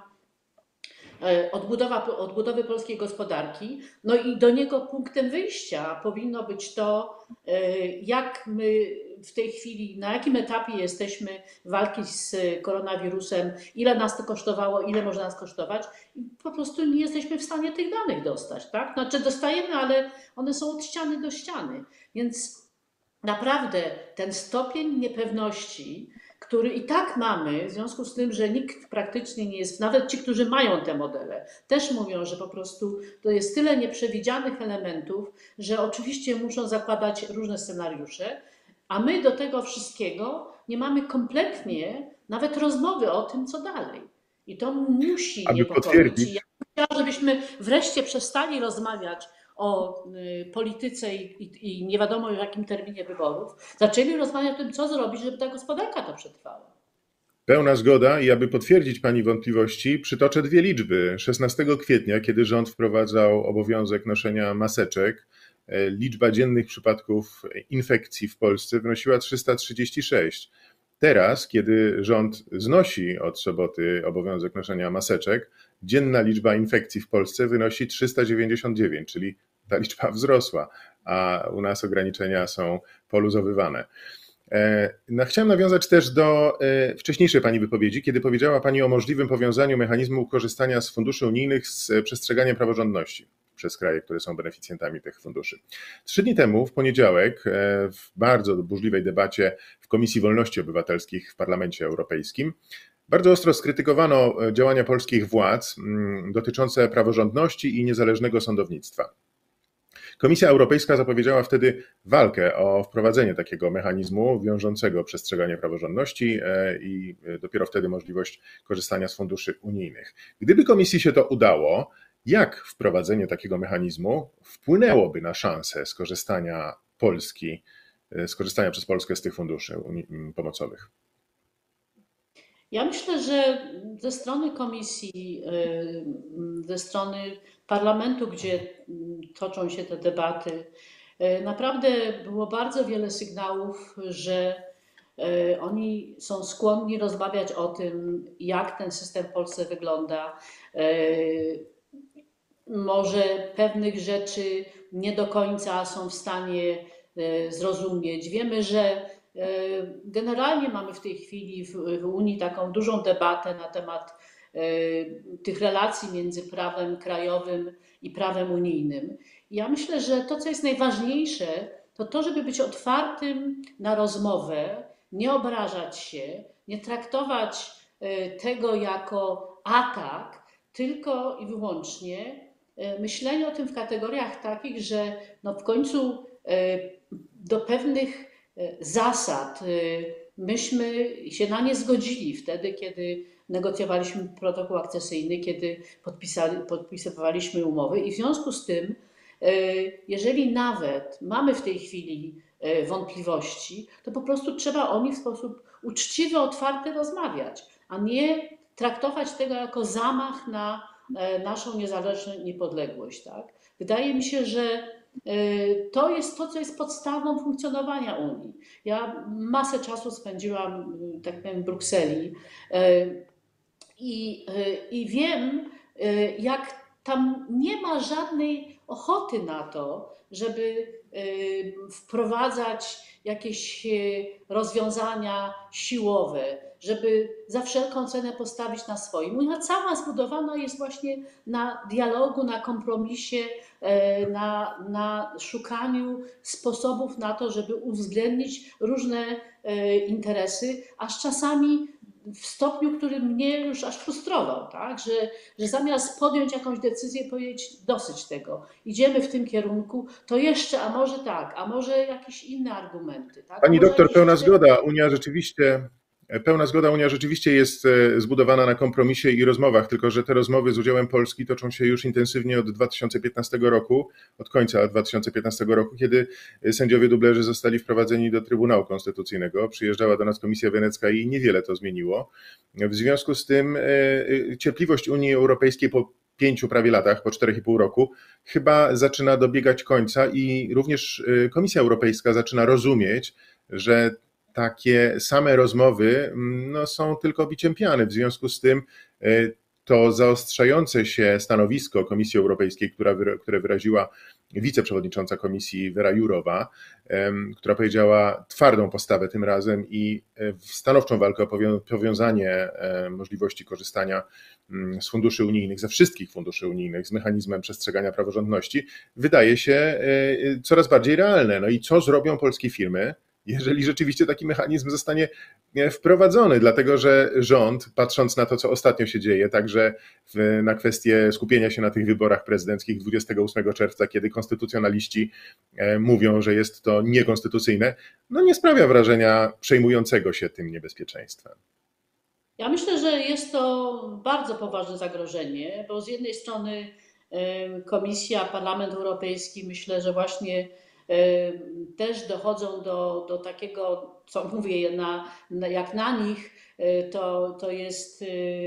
odbudowa, odbudowy polskiej gospodarki. No i do niego punktem wyjścia powinno być to, jak my w tej chwili, na jakim etapie jesteśmy walki z koronawirusem, ile nas to kosztowało, ile może nas kosztować. I po prostu nie jesteśmy w stanie tych danych dostać. Tak? Znaczy dostajemy, ale one są od ściany do ściany. Więc naprawdę ten stopień niepewności, który i tak mamy, w związku z tym, że nikt praktycznie nie jest, nawet ci, którzy mają te modele, też mówią, że po prostu to jest tyle nieprzewidzianych elementów, że oczywiście muszą zakładać różne scenariusze, a my do tego wszystkiego nie mamy kompletnie nawet rozmowy o tym, co dalej. I to musi Aby niepokoić. potwierdzić. I ja bym chciała, żebyśmy wreszcie przestali rozmawiać o polityce i, i, i nie wiadomo w jakim terminie wyborów, zaczęli rozmawiać o tym, co zrobić, żeby ta gospodarka to przetrwała. Pełna zgoda i aby potwierdzić Pani wątpliwości, przytoczę dwie liczby. szesnastego kwietnia, kiedy rząd wprowadzał obowiązek noszenia maseczek, liczba dziennych przypadków infekcji w Polsce wynosiła trzysta trzydzieści sześć. Teraz, kiedy rząd znosi od soboty obowiązek noszenia maseczek, dzienna liczba infekcji w Polsce wynosi trzysta dziewięćdziesiąt dziewięć, czyli ta liczba wzrosła, a u nas ograniczenia są poluzowywane. No, chciałem nawiązać też do wcześniejszej Pani wypowiedzi, kiedy powiedziała Pani o możliwym powiązaniu mechanizmu korzystania z funduszy unijnych z przestrzeganiem praworządności przez kraje, które są beneficjentami tych funduszy. Trzy dni temu, w poniedziałek, w bardzo burzliwej debacie w Komisji Wolności Obywatelskich w Parlamencie Europejskim, Bardzo ostro skrytykowano działania polskich władz dotyczące praworządności i niezależnego sądownictwa. Komisja Europejska zapowiedziała wtedy walkę o wprowadzenie takiego mechanizmu wiążącego przestrzeganie praworządności i dopiero wtedy możliwość korzystania z funduszy unijnych. Gdyby komisji się to udało, jak wprowadzenie takiego mechanizmu wpłynęłoby na szansę skorzystania Polski, skorzystania przez Polskę z tych funduszy pomocowych? Ja myślę, że ze strony komisji, ze strony parlamentu, gdzie toczą się te debaty, naprawdę było bardzo wiele sygnałów, że oni są skłonni rozmawiać o tym, jak ten system w Polsce wygląda. Może pewnych rzeczy nie do końca są w stanie zrozumieć. Wiemy, że generalnie mamy w tej chwili w Unii taką dużą debatę na temat tych relacji między prawem krajowym i prawem unijnym. I ja myślę, że to, co jest najważniejsze, to to, żeby być otwartym na rozmowę, nie obrażać się, nie traktować tego jako atak, tylko i wyłącznie myślenie o tym w kategoriach takich, że no w końcu do pewnych zasad myśmy się na nie zgodzili wtedy, kiedy negocjowaliśmy protokół akcesyjny, kiedy podpisali, podpisywaliśmy umowy i w związku z tym, jeżeli nawet mamy w tej chwili wątpliwości, to po prostu trzeba o nich w sposób uczciwy, otwarty rozmawiać, a nie traktować tego jako zamach na naszą niezależną niepodległość. Tak? Wydaje mi się, że to jest to, co jest podstawą funkcjonowania Unii. Ja masę czasu spędziłam, tak powiem, w Brukseli i, i wiem, jak tam nie ma żadnej ochoty na to, żeby wprowadzać jakieś rozwiązania siłowe, żeby za wszelką cenę postawić na swoim. Unia cała zbudowana jest właśnie na dialogu, na kompromisie, na, na szukaniu sposobów na to, żeby uwzględnić różne interesy, aż czasami w stopniu, który mnie już aż frustrował, tak? że, że zamiast podjąć jakąś decyzję, powiedzieć dosyć tego, idziemy w tym kierunku, to jeszcze, a może tak, a może jakieś inne argumenty. Tak? Pani doktor, pełna jeszcze... zgoda. Unia rzeczywiście, pełna zgoda, Unia rzeczywiście jest zbudowana na kompromisie i rozmowach, tylko że te rozmowy z udziałem Polski toczą się już intensywnie od dwa tysiące piętnastego roku, od końca dwa tysiące piętnastego roku, kiedy sędziowie dublerzy zostali wprowadzeni do Trybunału Konstytucyjnego. Przyjeżdżała do nas Komisja Wenecka i niewiele to zmieniło. W związku z tym cierpliwość Unii Europejskiej po pięciu prawie latach, po czterech i pół roku, chyba zaczyna dobiegać końca i również Komisja Europejska zaczyna rozumieć, że takie same rozmowy no, są tylko biciem piany. W związku z tym to zaostrzające się stanowisko Komisji Europejskiej, która, które wyraziła wiceprzewodnicząca Komisji Vera Jourová, która powiedziała twardą postawę tym razem i stanowczą walkę o powiązanie możliwości korzystania z funduszy unijnych, ze wszystkich funduszy unijnych, z mechanizmem przestrzegania praworządności, wydaje się coraz bardziej realne. No i co zrobią polskie firmy, jeżeli rzeczywiście taki mechanizm zostanie wprowadzony, dlatego że rząd, patrząc na to, co ostatnio się dzieje, także w, na kwestię skupienia się na tych wyborach prezydenckich dwudziestego ósmego czerwca, kiedy konstytucjonaliści mówią, że jest to niekonstytucyjne, no nie sprawia wrażenia przejmującego się tym niebezpieczeństwem. Ja myślę, że jest to bardzo poważne zagrożenie, bo z jednej strony Komisja, Parlament Europejski, myślę, że właśnie też dochodzą do, do takiego, co mówię, na, jak na nich, to, to jest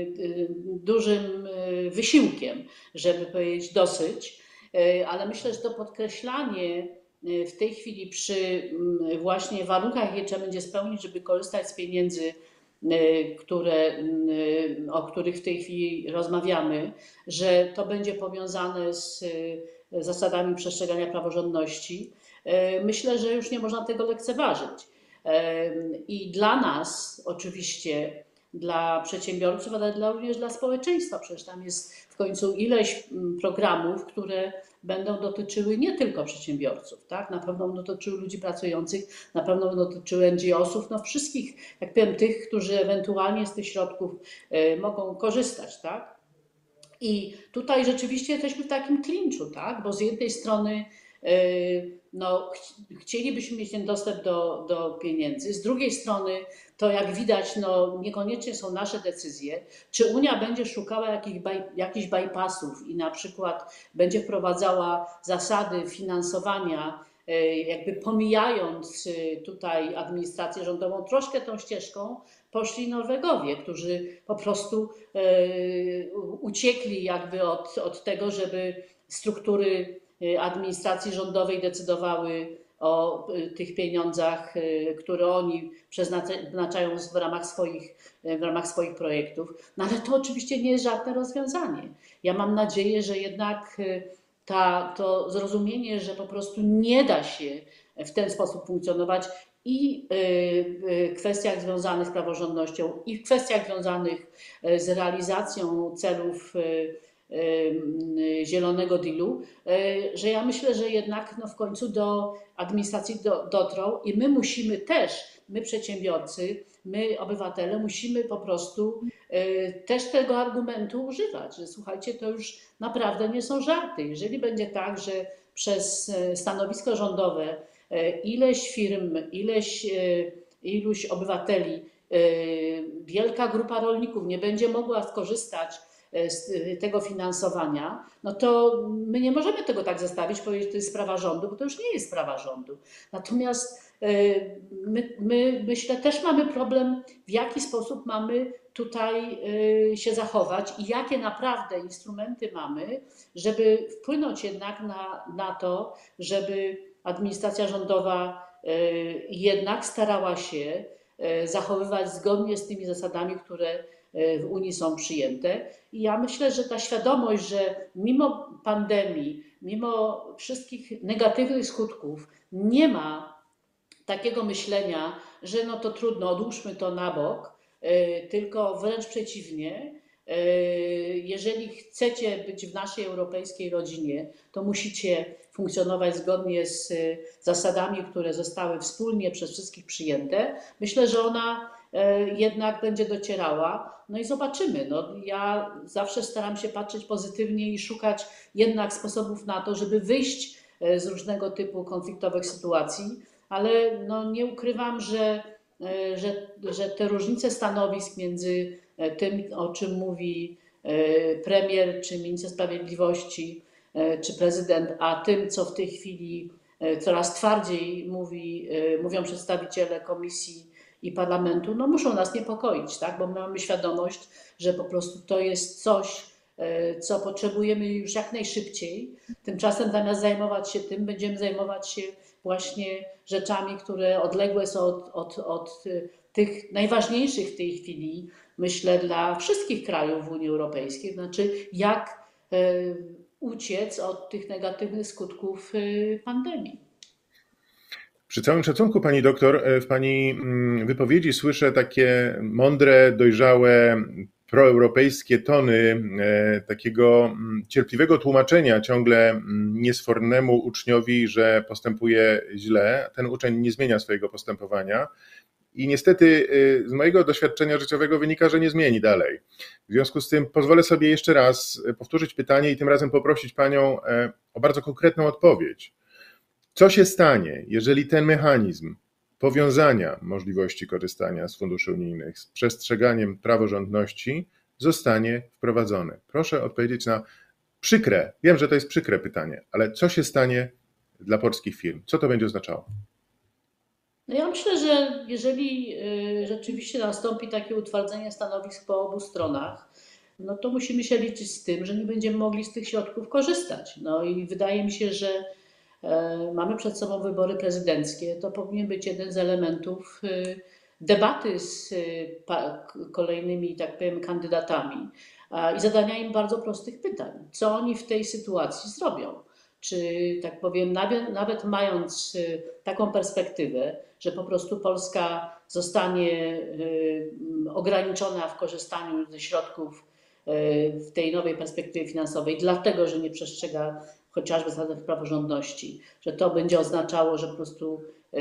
dużym wysiłkiem, żeby powiedzieć dosyć, ale myślę, że to podkreślanie w tej chwili przy właśnie warunkach, jakie trzeba będzie spełnić, żeby korzystać z pieniędzy, które, o których w tej chwili rozmawiamy, że to będzie powiązane z zasadami przestrzegania praworządności. Myślę, że już nie można tego lekceważyć. I dla nas oczywiście dla przedsiębiorców, ale dla, również dla społeczeństwa. Przecież tam jest w końcu ileś programów, które będą dotyczyły nie tylko przedsiębiorców, tak? Na pewno będą dotyczyły ludzi pracujących, na pewno będą dotyczyły N G O sów, no wszystkich, jak powiem, tych, którzy ewentualnie z tych środków y, mogą korzystać, tak? I tutaj rzeczywiście jesteśmy w takim klinczu, tak? Bo z jednej strony no, chcielibyśmy mieć ten dostęp do, do pieniędzy, z drugiej strony to jak widać no, niekoniecznie są nasze decyzje. Czy Unia będzie szukała jakich baj, jakichś bypassów i na przykład będzie wprowadzała zasady finansowania, jakby pomijając tutaj administrację rządową, troszkę tą ścieżką poszli Norwegowie, którzy po prostu uciekli jakby od, od tego, żeby struktury administracji rządowej decydowały o tych pieniądzach, które oni przeznaczają w ramach swoich, w ramach swoich projektów. No ale to oczywiście nie jest żadne rozwiązanie. Ja mam nadzieję, że jednak ta, to zrozumienie, że po prostu nie da się w ten sposób funkcjonować i w kwestiach związanych z praworządnością, i w kwestiach związanych z realizacją celów Zielonego Dealu, że ja myślę, że jednak no w końcu do administracji do, dotrą i my musimy też, my przedsiębiorcy, my obywatele musimy po prostu też tego argumentu używać, że słuchajcie, to już naprawdę nie są żarty. Jeżeli będzie tak, że przez stanowisko rządowe ileś firm, ileś, iluś obywateli, wielka grupa rolników nie będzie mogła skorzystać z tego finansowania, no to my nie możemy tego tak zostawić, powiedzieć, że to jest sprawa rządu, bo to już nie jest sprawa rządu. Natomiast my, my myślę, też mamy problem, w jaki sposób mamy tutaj się zachować i jakie naprawdę instrumenty mamy, żeby wpłynąć jednak na, na to, żeby administracja rządowa jednak starała się zachowywać zgodnie z tymi zasadami, które w Unii są przyjęte. I ja myślę, że ta świadomość, że mimo pandemii, mimo wszystkich negatywnych skutków, nie ma takiego myślenia, że no to trudno, odłóżmy to na bok, tylko wręcz przeciwnie. Jeżeli chcecie być w naszej europejskiej rodzinie, to musicie funkcjonować zgodnie z zasadami, które zostały wspólnie przez wszystkich przyjęte. Myślę, że ona jednak będzie docierała. No i zobaczymy. No, ja zawsze staram się patrzeć pozytywnie i szukać jednak sposobów na to, żeby wyjść z różnego typu konfliktowych sytuacji, ale no, nie ukrywam, że, że, że te różnice stanowisk między tym, o czym mówi premier, czy minister sprawiedliwości, czy prezydent, a tym, co w tej chwili coraz twardziej mówi, mówią przedstawiciele komisji i parlamentu, no muszą nas niepokoić, tak? Bo my mamy świadomość, że po prostu to jest coś, co potrzebujemy już jak najszybciej. Tymczasem zamiast zajmować się tym, będziemy zajmować się właśnie rzeczami, które odległe są od, od, od tych najważniejszych w tej chwili, myślę, dla wszystkich krajów w Unii Europejskiej, znaczy jak uciec od tych negatywnych skutków pandemii. Przy całym szacunku, pani doktor, w pani wypowiedzi słyszę takie mądre, dojrzałe, proeuropejskie tony takiego cierpliwego tłumaczenia ciągle niesfornemu uczniowi, że postępuje źle. Ten uczeń nie zmienia swojego postępowania i niestety z mojego doświadczenia życiowego wynika, że nie zmieni dalej. W związku z tym pozwolę sobie jeszcze raz powtórzyć pytanie i tym razem poprosić panią o bardzo konkretną odpowiedź. Co się stanie, jeżeli ten mechanizm powiązania możliwości korzystania z funduszy unijnych z przestrzeganiem praworządności zostanie wprowadzony? Proszę odpowiedzieć na przykre, wiem, że to jest przykre pytanie, ale co się stanie dla polskich firm? Co to będzie oznaczało? No ja myślę, że jeżeli rzeczywiście nastąpi takie utwardzenie stanowisk po obu stronach, no to musimy się liczyć z tym, że nie będziemy mogli z tych środków korzystać. No i wydaje mi się, że mamy przed sobą wybory prezydenckie. To powinien być jeden z elementów debaty z kolejnymi, tak powiem, kandydatami i zadania im bardzo prostych pytań. Co oni w tej sytuacji zrobią? czy tak powiem, nawet, nawet mając taką perspektywę, że po prostu Polska zostanie ograniczona w korzystaniu ze środków w tej nowej perspektywie finansowej, dlatego że nie przestrzega chociażby zasad praworządności, że to będzie oznaczało, że po prostu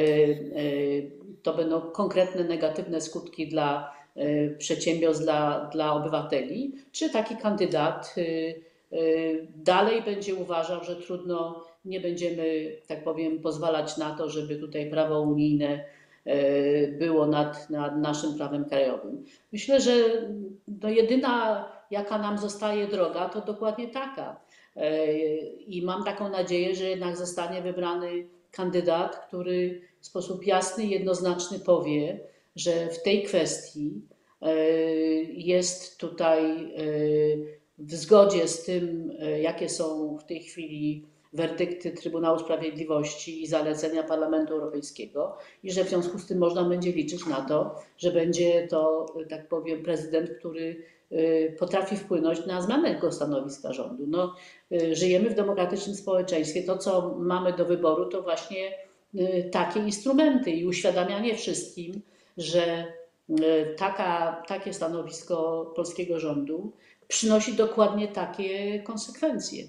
to będą konkretne negatywne skutki dla przedsiębiorstw, dla, dla obywateli, czy taki kandydat dalej będzie uważał, że trudno, nie będziemy, tak powiem, pozwalać na to, żeby tutaj prawo unijne było nad, nad naszym prawem krajowym. Myślę, że no jedyna, jaka nam zostaje droga, to dokładnie taka. I mam taką nadzieję, że jednak zostanie wybrany kandydat, który w sposób jasny i jednoznaczny powie, że w tej kwestii jest tutaj w zgodzie z tym, jakie są w tej chwili werdykty Trybunału Sprawiedliwości i zalecenia Parlamentu Europejskiego i że w związku z tym można będzie liczyć na to, że będzie to, tak powiem, prezydent, który potrafi wpłynąć na zmianę tego stanowiska rządu. No, żyjemy w demokratycznym społeczeństwie. To, co mamy do wyboru, to właśnie takie instrumenty i uświadamianie wszystkim, że taka, takie stanowisko polskiego rządu przynosi dokładnie takie konsekwencje.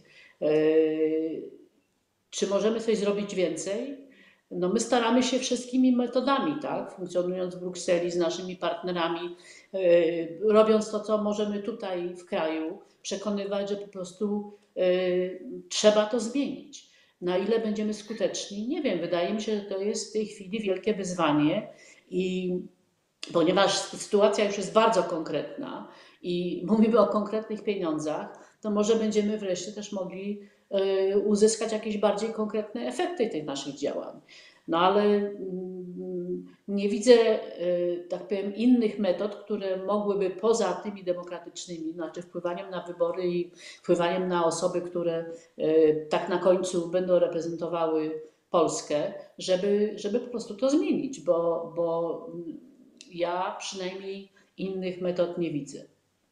Czy możemy coś zrobić więcej? No my staramy się wszystkimi metodami, tak? Funkcjonując w Brukseli z naszymi partnerami, robiąc to, co możemy tutaj w kraju, przekonywać, że po prostu trzeba to zmienić. Na ile będziemy skuteczni? Nie wiem. Wydaje mi się, że to jest w tej chwili wielkie wyzwanie i ponieważ sytuacja już jest bardzo konkretna i mówimy o konkretnych pieniądzach, to może będziemy wreszcie też mogli uzyskać jakieś bardziej konkretne efekty tych naszych działań. No ale nie widzę, tak powiem, innych metod, które mogłyby poza tymi demokratycznymi, znaczy wpływaniem na wybory i wpływaniem na osoby, które tak na końcu będą reprezentowały Polskę, żeby, żeby po prostu to zmienić, bo, bo ja przynajmniej innych metod nie widzę.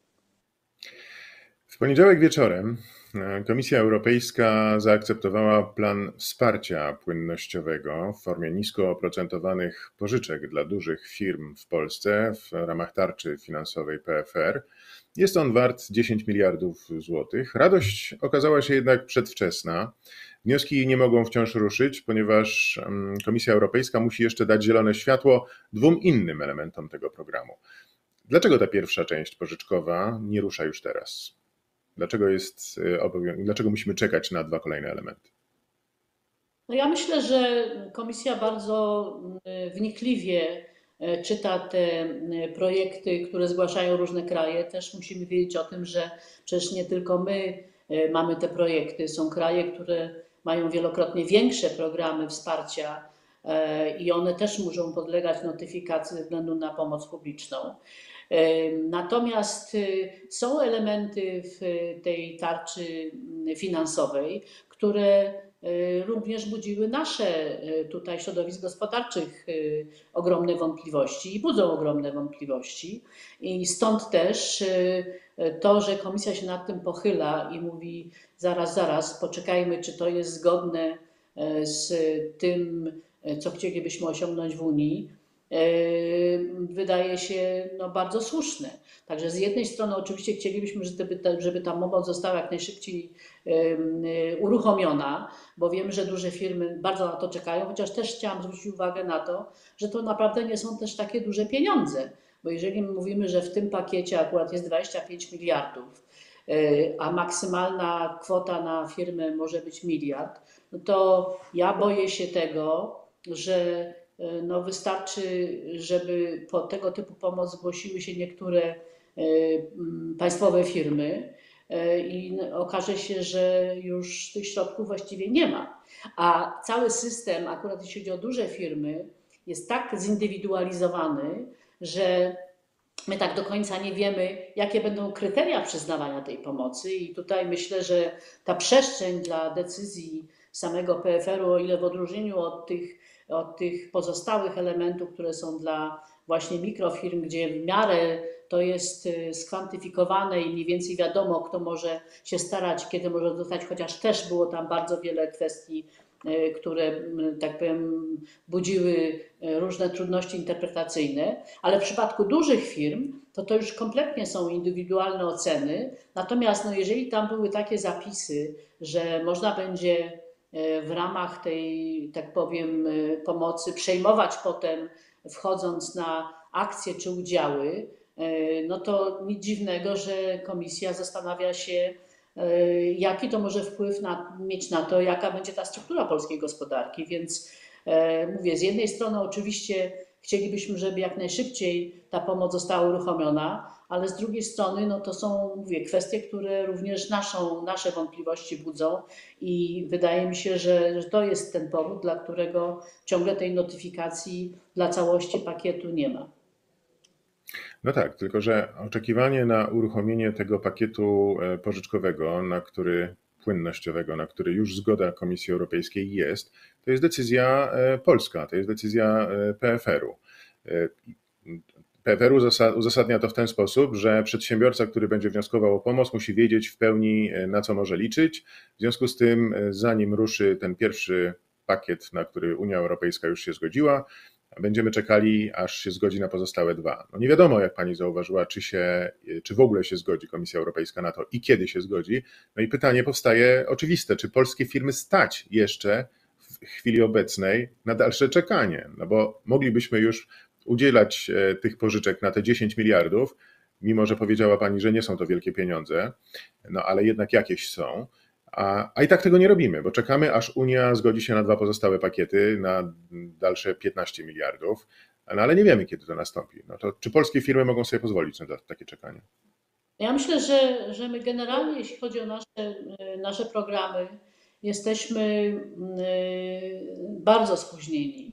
W poniedziałek wieczorem Komisja Europejska zaakceptowała plan wsparcia płynnościowego w formie nisko oprocentowanych pożyczek dla dużych firm w Polsce w ramach tarczy finansowej P F R. Jest on wart dziesięć miliardów złotych. Radość okazała się jednak przedwczesna. Wnioski nie mogą wciąż ruszyć, ponieważ Komisja Europejska musi jeszcze dać zielone światło dwóm innym elementom tego programu. Dlaczego ta pierwsza część pożyczkowa nie rusza już teraz? Dlaczego jest obowiązek, dlaczego musimy czekać na dwa kolejne elementy? No ja myślę, że Komisja bardzo wnikliwie czyta te projekty, które zgłaszają różne kraje. Też musimy wiedzieć o tym, że przecież nie tylko my mamy te projekty. Są kraje, które mają wielokrotnie większe programy wsparcia i one też muszą podlegać notyfikacji ze względu na pomoc publiczną. Natomiast są elementy w tej tarczy finansowej, które również budziły nasze tutaj środowisk gospodarczych ogromne wątpliwości i budzą ogromne wątpliwości. I stąd też to, że Komisja się nad tym pochyla i mówi zaraz, zaraz, poczekajmy, czy to jest zgodne z tym, co chcielibyśmy osiągnąć w Unii, wydaje się no, bardzo słuszne. Także z jednej strony oczywiście chcielibyśmy, żeby ta, żeby ta pomoc została jak najszybciej uruchomiona, bo wiemy, że duże firmy bardzo na to czekają, chociaż też chciałam zwrócić uwagę na to, że to naprawdę nie są też takie duże pieniądze, bo jeżeli mówimy, że w tym pakiecie akurat jest dwadzieścia pięć miliardów, a maksymalna kwota na firmę może być miliard, no to ja boję się tego, że no wystarczy, żeby po tego typu pomoc zgłosiły się niektóre państwowe firmy i okaże się, że już tych środków właściwie nie ma. A cały system, akurat jeśli chodzi o duże firmy, jest tak zindywidualizowany, że my tak do końca nie wiemy, jakie będą kryteria przyznawania tej pomocy i tutaj myślę, że ta przestrzeń dla decyzji samego P F R u, o ile w odróżnieniu od tych od tych pozostałych elementów, które są dla właśnie mikrofirm, gdzie w miarę to jest skwantyfikowane i mniej więcej wiadomo, kto może się starać, kiedy może dostać, chociaż też było tam bardzo wiele kwestii, które, tak powiem, budziły różne trudności interpretacyjne, ale w przypadku dużych firm to to już kompletnie są indywidualne oceny. Natomiast no, jeżeli tam były takie zapisy, że można będzie w ramach tej, tak powiem, pomocy przejmować potem, wchodząc na akcje czy udziały, no to nic dziwnego, że komisja zastanawia się, jaki to może wpływ na, mieć na to, jaka będzie ta struktura polskiej gospodarki. Więc mówię, z jednej strony oczywiście chcielibyśmy, żeby jak najszybciej ta pomoc została uruchomiona, ale z drugiej strony no to są, mówię, kwestie, które również naszą, nasze wątpliwości budzą i wydaje mi się, że, że to jest ten powód, dla którego ciągle tej notyfikacji dla całości pakietu nie ma. No tak, tylko że oczekiwanie na uruchomienie tego pakietu pożyczkowego, na który płynnościowego, na który już zgoda Komisji Europejskiej jest, to jest decyzja polska, to jest decyzja P F R u. P F R u uzasadnia to w ten sposób, że przedsiębiorca, który będzie wnioskował o pomoc, musi wiedzieć w pełni, na co może liczyć. W związku z tym, zanim ruszy ten pierwszy pakiet, na który Unia Europejska już się zgodziła, będziemy czekali, aż się zgodzi na pozostałe dwa. No nie wiadomo, jak pani zauważyła, czy, się, czy w ogóle się zgodzi Komisja Europejska na to i kiedy się zgodzi. No i pytanie powstaje oczywiste, czy polskie firmy stać jeszcze w chwili obecnej na dalsze czekanie? No bo moglibyśmy już udzielać tych pożyczek na te dziesięć miliardów, mimo że powiedziała pani, że nie są to wielkie pieniądze, no ale jednak jakieś są. A, a i tak tego nie robimy, bo czekamy, aż Unia zgodzi się na dwa pozostałe pakiety, na dalsze piętnaście miliardów, no ale nie wiemy, kiedy to nastąpi. No to czy polskie firmy mogą sobie pozwolić na takie czekanie? Ja myślę, że, że my generalnie, jeśli chodzi o nasze, nasze programy, jesteśmy bardzo spóźnieni.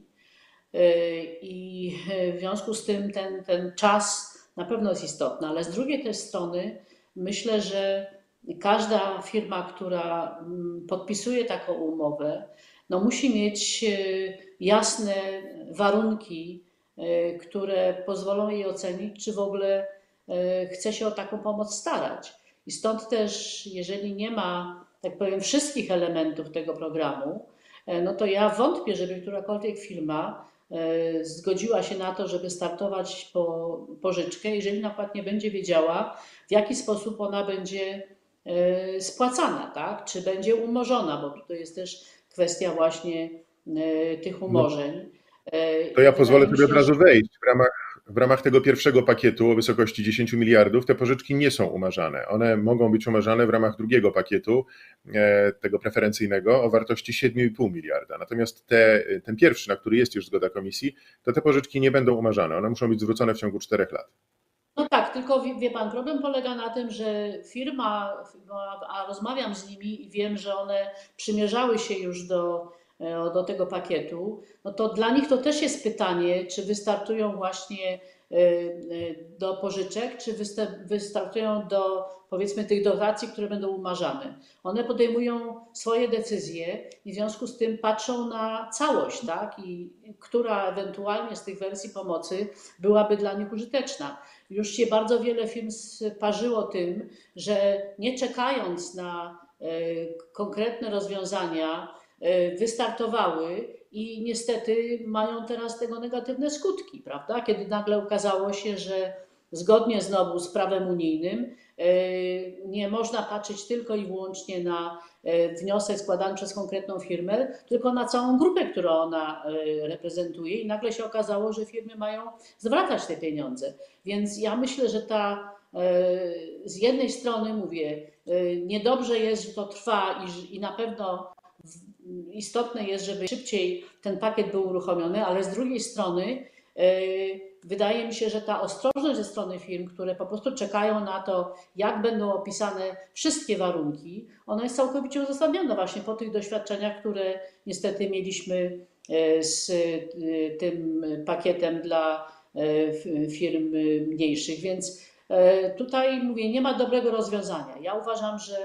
I w związku z tym ten, ten czas na pewno jest istotny, ale z drugiej też strony myślę, że każda firma, która podpisuje taką umowę, no musi mieć jasne warunki, które pozwolą jej ocenić, czy w ogóle chce się o taką pomoc starać. I stąd też, jeżeli nie ma, tak powiem, wszystkich elementów tego programu, no to ja wątpię, żeby którakolwiek firma zgodziła się na to, żeby startować po pożyczkę, jeżeli na przykład nie będzie wiedziała, w jaki sposób ona będzie spłacana, tak? Czy będzie umorzona, bo tutaj jest też kwestia właśnie tych umorzeń. To ja pozwolę sobie od razu wejść. W ramach, w ramach tego pierwszego pakietu o wysokości dziesięć miliardów te pożyczki nie są umarzane. One mogą być umarzane w ramach drugiego pakietu, tego preferencyjnego, o wartości siedem i pół miliarda. Natomiast te, ten pierwszy, na który jest już zgoda komisji, to te pożyczki nie będą umarzane. One muszą być zwrócone w ciągu czterech lat. No tak, tylko wie, wie pan, problem polega na tym, że firma, a rozmawiam z nimi i wiem, że one przymierzały się już do, do tego pakietu, no to dla nich to też jest pytanie, czy wystartują właśnie do pożyczek, czy wystartują do, powiedzmy, tych dotacji, które będą umarzane. One podejmują swoje decyzje i w związku z tym patrzą na całość, tak? I która ewentualnie z tych wersji pomocy byłaby dla nich użyteczna. Już się bardzo wiele firm sparzyło tym, że nie czekając na konkretne rozwiązania, wystartowały i niestety mają teraz tego negatywne skutki, prawda? Kiedy nagle okazało się, że zgodnie znowu z prawem unijnym nie można patrzeć tylko i wyłącznie na wniosek składany przez konkretną firmę, tylko na całą grupę, którą ona reprezentuje i nagle się okazało, że firmy mają zwracać te pieniądze. Więc ja myślę, że ta z jednej strony, mówię, niedobrze jest, że to trwa i, i na pewno istotne jest, żeby szybciej ten pakiet był uruchomiony, ale z drugiej strony wydaje mi się, że ta ostrożność ze strony firm, które po prostu czekają na to, jak będą opisane wszystkie warunki, ona jest całkowicie uzasadniona właśnie po tych doświadczeniach, które niestety mieliśmy z tym pakietem dla firm mniejszych. Więc tutaj mówię, nie ma dobrego rozwiązania. Ja uważam, że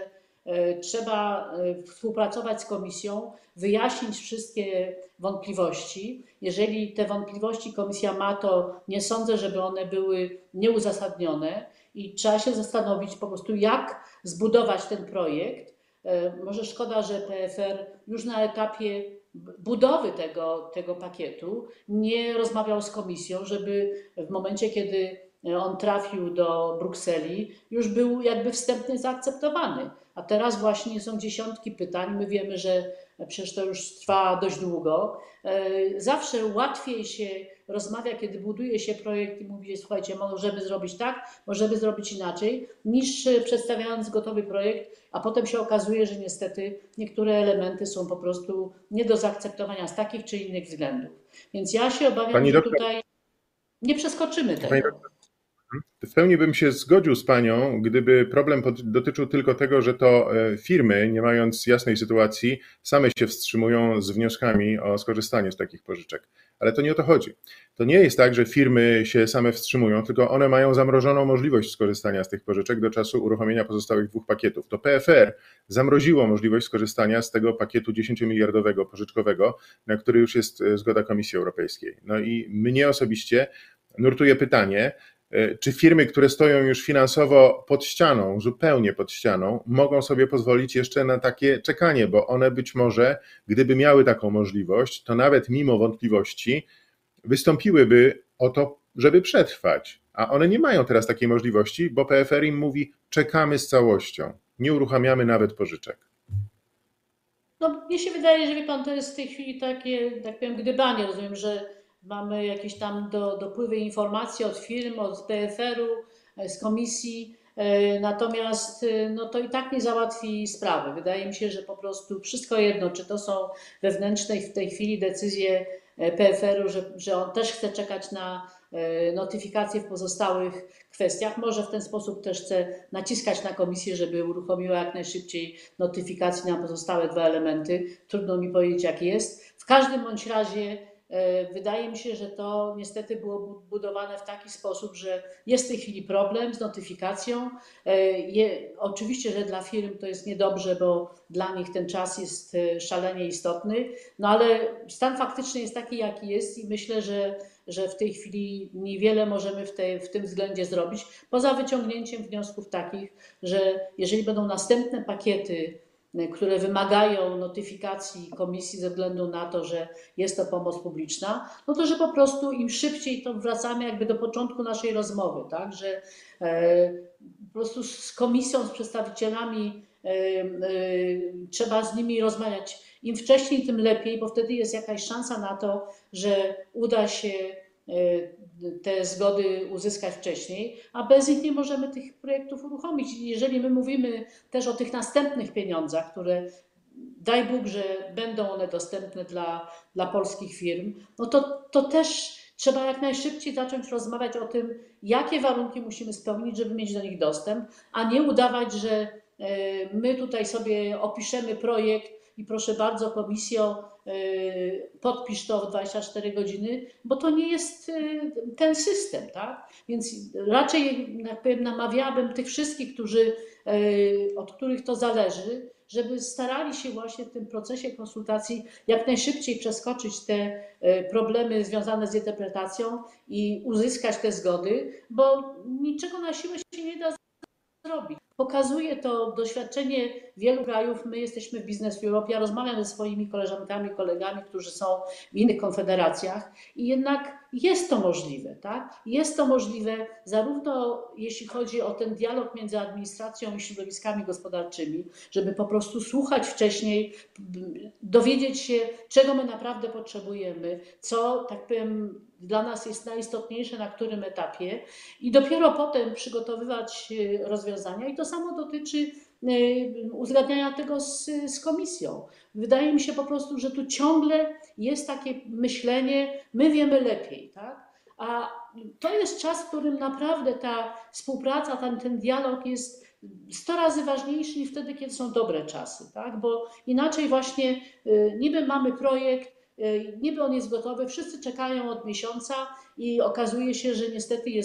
trzeba współpracować z komisją, wyjaśnić wszystkie wątpliwości. Jeżeli te wątpliwości komisja ma, to nie sądzę, żeby one były nieuzasadnione i trzeba się zastanowić po prostu, jak zbudować ten projekt. Może szkoda, że P F R już na etapie budowy tego, tego pakietu nie rozmawiał z komisją, żeby w momencie, kiedy on trafił do Brukseli, już był jakby wstępnie zaakceptowany. A teraz właśnie są dziesiątki pytań. My wiemy, że przecież to już trwa dość długo. Zawsze łatwiej się rozmawia, kiedy buduje się projekt i mówi, słuchajcie, możemy zrobić tak, możemy zrobić inaczej, niż przedstawiając gotowy projekt, a potem się okazuje, że niestety niektóre elementy są po prostu nie do zaakceptowania z takich czy innych względów. Więc ja się obawiam, Pani że doktor, tutaj nie przeskoczymy tego. Pani doktor, w pełni bym się zgodził z panią, gdyby problem pod, dotyczył tylko tego, że to firmy, nie mając jasnej sytuacji, same się wstrzymują z wnioskami o skorzystanie z takich pożyczek. Ale to nie o to chodzi. To nie jest tak, że firmy się same wstrzymują, tylko one mają zamrożoną możliwość skorzystania z tych pożyczek do czasu uruchomienia pozostałych dwóch pakietów. To P F R zamroziło możliwość skorzystania z tego pakietu dziesięciomiliardowego pożyczkowego, na który już jest zgoda Komisji Europejskiej. No i mnie osobiście nurtuje pytanie, czy firmy, które stoją już finansowo pod ścianą, zupełnie pod ścianą, mogą sobie pozwolić jeszcze na takie czekanie, bo one być może, gdyby miały taką możliwość, to nawet mimo wątpliwości wystąpiłyby o to, żeby przetrwać. A one nie mają teraz takiej możliwości, bo P F R im mówi, czekamy z całością, nie uruchamiamy nawet pożyczek. No, mnie się wydaje, że wie pan, to jest w tej chwili takie, tak powiem, gdybanie. Rozumiem, że mamy jakieś tam do, dopływy informacji od firm, od P F R-u, z komisji, natomiast no, to i tak nie załatwi sprawy. Wydaje mi się, że po prostu wszystko jedno, czy to są wewnętrzne w tej chwili decyzje P F R-u, że, że on też chce czekać na notyfikacje w pozostałych kwestiach. Może w ten sposób też chce naciskać na komisję, żeby uruchomiła jak najszybciej notyfikacje na pozostałe dwa elementy. Trudno mi powiedzieć, jak jest. W każdym bądź razie wydaje mi się, że to niestety było budowane w taki sposób, że jest w tej chwili problem z notyfikacją. Je, oczywiście, że dla firm to jest niedobrze, bo dla nich ten czas jest szalenie istotny, no ale stan faktyczny jest taki, jaki jest i myślę, że, że w tej chwili niewiele możemy w, tej, w tym względzie zrobić, poza wyciągnięciem wniosków takich, że jeżeli będą następne pakiety, które wymagają notyfikacji komisji ze względu na to, że jest to pomoc publiczna, no to że po prostu im szybciej to wracamy jakby do początku naszej rozmowy, tak, że e, po prostu z komisją, z przedstawicielami e, e, trzeba z nimi rozmawiać. Im wcześniej, tym lepiej, bo wtedy jest jakaś szansa na to, że uda się te zgody uzyskać wcześniej, a bez nich nie możemy tych projektów uruchomić. Jeżeli my mówimy też o tych następnych pieniądzach, które daj Bóg, że będą one dostępne dla, dla polskich firm, no to, to też trzeba jak najszybciej zacząć rozmawiać o tym, jakie warunki musimy spełnić, żeby mieć do nich dostęp, a nie udawać, że my tutaj sobie opiszemy projekt i proszę bardzo, komisjo, podpisz to w dwadzieścia cztery godziny, bo to nie jest ten system, tak? Więc raczej, jak powiem, namawiałabym tych wszystkich, którzy, od których to zależy, żeby starali się właśnie w tym procesie konsultacji jak najszybciej przeskoczyć te problemy związane z interpretacją i uzyskać te zgody, bo niczego na siłę się nie da zrobić. Pokazuje to doświadczenie wielu krajów. My jesteśmy w Business Europe. Ja rozmawiam ze swoimi koleżankami, kolegami, którzy są w innych konfederacjach i jednak jest to możliwe, tak? Jest to możliwe zarówno jeśli chodzi o ten dialog między administracją i środowiskami gospodarczymi, żeby po prostu słuchać wcześniej, dowiedzieć się, czego my naprawdę potrzebujemy, co, tak powiem, dla nas jest najistotniejsze, na którym etapie i dopiero potem przygotowywać rozwiązania. I to samo dotyczy uzgadniania tego z, z komisją. Wydaje mi się po prostu, że tu ciągle jest takie myślenie, my wiemy lepiej, tak? A to jest czas, w którym naprawdę ta współpraca, ten, ten dialog jest sto razy ważniejszy niż wtedy, kiedy są dobre czasy, tak? Bo inaczej właśnie niby mamy projekt, niby on jest gotowy, wszyscy czekają od miesiąca i okazuje się, że niestety jest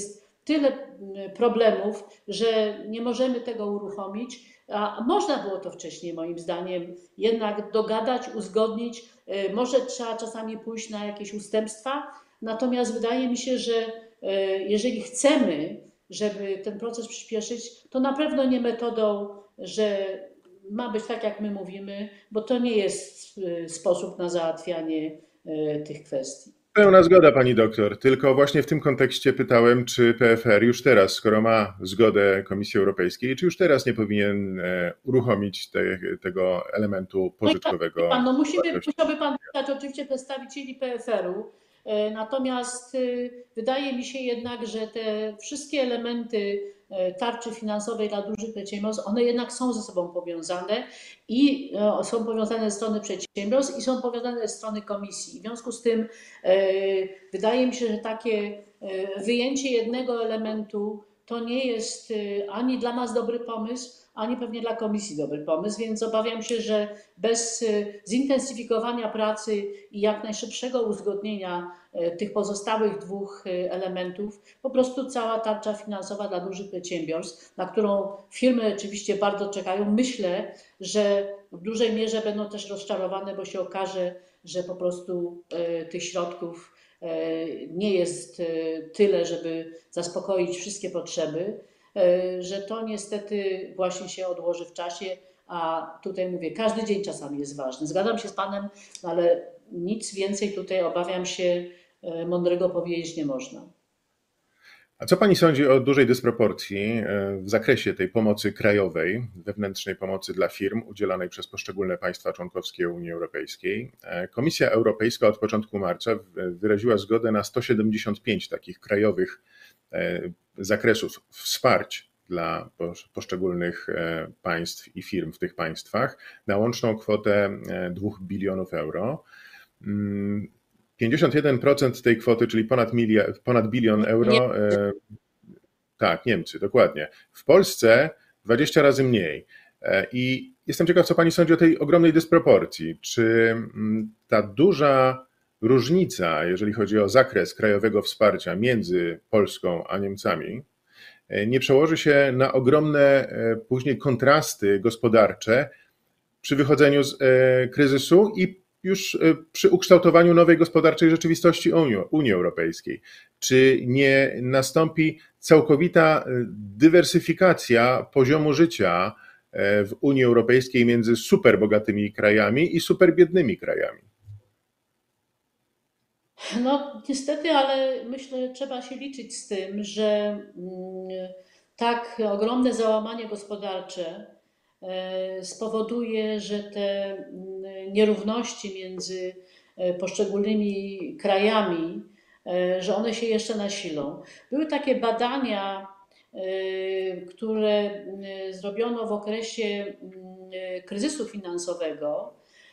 tyle problemów, że nie możemy tego uruchomić, a można było to wcześniej moim zdaniem jednak dogadać, uzgodnić. Może trzeba czasami pójść na jakieś ustępstwa, natomiast wydaje mi się, że jeżeli chcemy, żeby ten proces przyspieszyć, to na pewno nie metodą, że ma być tak, jak my mówimy, bo to nie jest sposób na załatwianie tych kwestii. Pełna zgoda, pani doktor. Tylko właśnie w tym kontekście pytałem, czy P F R już teraz, skoro ma zgodę Komisji Europejskiej, czy już teraz nie powinien uruchomić te, tego elementu pożyczkowego? No, pan, no musimy, musiałby pan pytać oczywiście przedstawicieli P F R-u. Natomiast wydaje mi się jednak, że te wszystkie elementy tarczy finansowej dla dużych przedsiębiorstw, one jednak są ze sobą powiązane i są powiązane ze strony przedsiębiorstw i są powiązane ze strony komisji. W związku z tym wydaje mi się, że takie wyjęcie jednego elementu to nie jest ani dla nas dobry pomysł, ani pewnie dla komisji dobry pomysł, więc obawiam się, że bez zintensyfikowania pracy i jak najszybszego uzgodnienia tych pozostałych dwóch elementów, po prostu cała tarcza finansowa dla dużych przedsiębiorstw, na którą firmy oczywiście bardzo czekają, myślę, że w dużej mierze będą też rozczarowane, bo się okaże, że po prostu tych środków nie jest tyle, żeby zaspokoić wszystkie potrzeby, że to niestety właśnie się odłoży w czasie, a tutaj mówię, każdy dzień czasami jest ważny. Zgadzam się z panem, ale nic więcej tutaj, obawiam się, mądrego powiedzieć nie można. A co pani sądzi o dużej dysproporcji w zakresie tej pomocy krajowej, wewnętrznej pomocy dla firm udzielanej przez poszczególne państwa członkowskie Unii Europejskiej? Komisja Europejska od początku marca wyraziła zgodę na sto siedemdziesiąt pięć takich krajowych zakresów wsparć dla poszczególnych państw i firm w tych państwach na łączną kwotę dwóch bilionów euro. pięćdziesiąt jeden procent tej kwoty, czyli ponad, miliard, ponad bilion euro, Niemcy. tak, Niemcy, dokładnie. W Polsce dwadzieścia razy mniej. I jestem ciekaw, co pani sądzi o tej ogromnej dysproporcji. Czy ta duża różnica, jeżeli chodzi o zakres krajowego wsparcia między Polską a Niemcami, nie przełoży się na ogromne później kontrasty gospodarcze przy wychodzeniu z kryzysu i już przy ukształtowaniu nowej gospodarczej rzeczywistości Unii Europejskiej? Czy nie nastąpi całkowita dywersyfikacja poziomu życia w Unii Europejskiej między super bogatymi krajami i super biednymi krajami? No niestety, ale myślę, że trzeba się liczyć z tym, że tak ogromne załamanie gospodarcze spowoduje, że te nierówności między poszczególnymi krajami, że one się jeszcze nasilą. Były takie badania, które zrobiono w okresie kryzysu finansowego,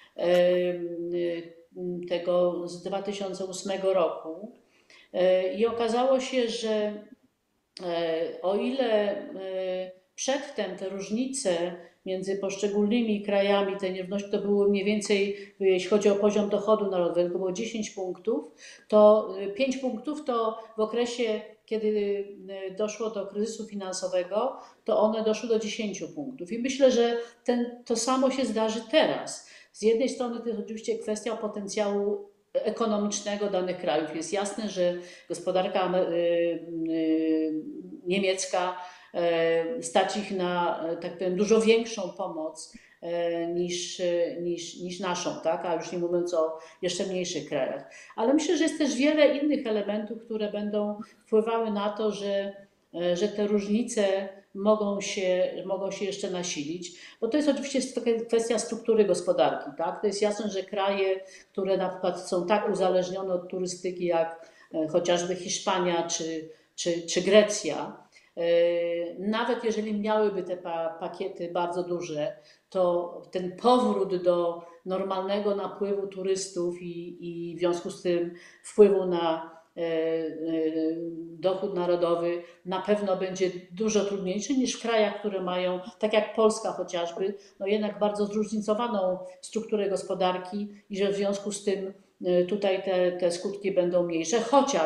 tego z dwa tysiące ósmego roku, i okazało się, że o ile przedtem te różnice między poszczególnymi krajami, te nierówności to było mniej więcej, jeśli chodzi o poziom dochodu narodowego, to było dziesięć punktów, to pięć punktów to w okresie, kiedy doszło do kryzysu finansowego, to one doszły do dziesięciu punktów. I myślę, że ten, to samo się zdarzy teraz. Z jednej strony to jest oczywiście kwestia potencjału ekonomicznego danych krajów. Jest jasne, że gospodarka niemiecka stać ich na, tak powiem, dużo większą pomoc niż, niż, niż naszą, tak? A już nie mówiąc o jeszcze mniejszych krajach. Ale myślę, że jest też wiele innych elementów, które będą wpływały na to, że, że te różnice mogą się, mogą się jeszcze nasilić, bo to jest oczywiście kwestia struktury gospodarki, tak? To jest jasne, że kraje, które na przykład są tak uzależnione od turystyki jak chociażby Hiszpania czy, czy, czy Grecja, nawet jeżeli miałyby te pakiety bardzo duże, to ten powrót do normalnego napływu turystów i, i w związku z tym wpływu na dochód narodowy na pewno będzie dużo trudniejszy niż w krajach, które mają, tak jak Polska chociażby, no jednak bardzo zróżnicowaną strukturę gospodarki i że w związku z tym tutaj te, te skutki będą mniejsze, chociaż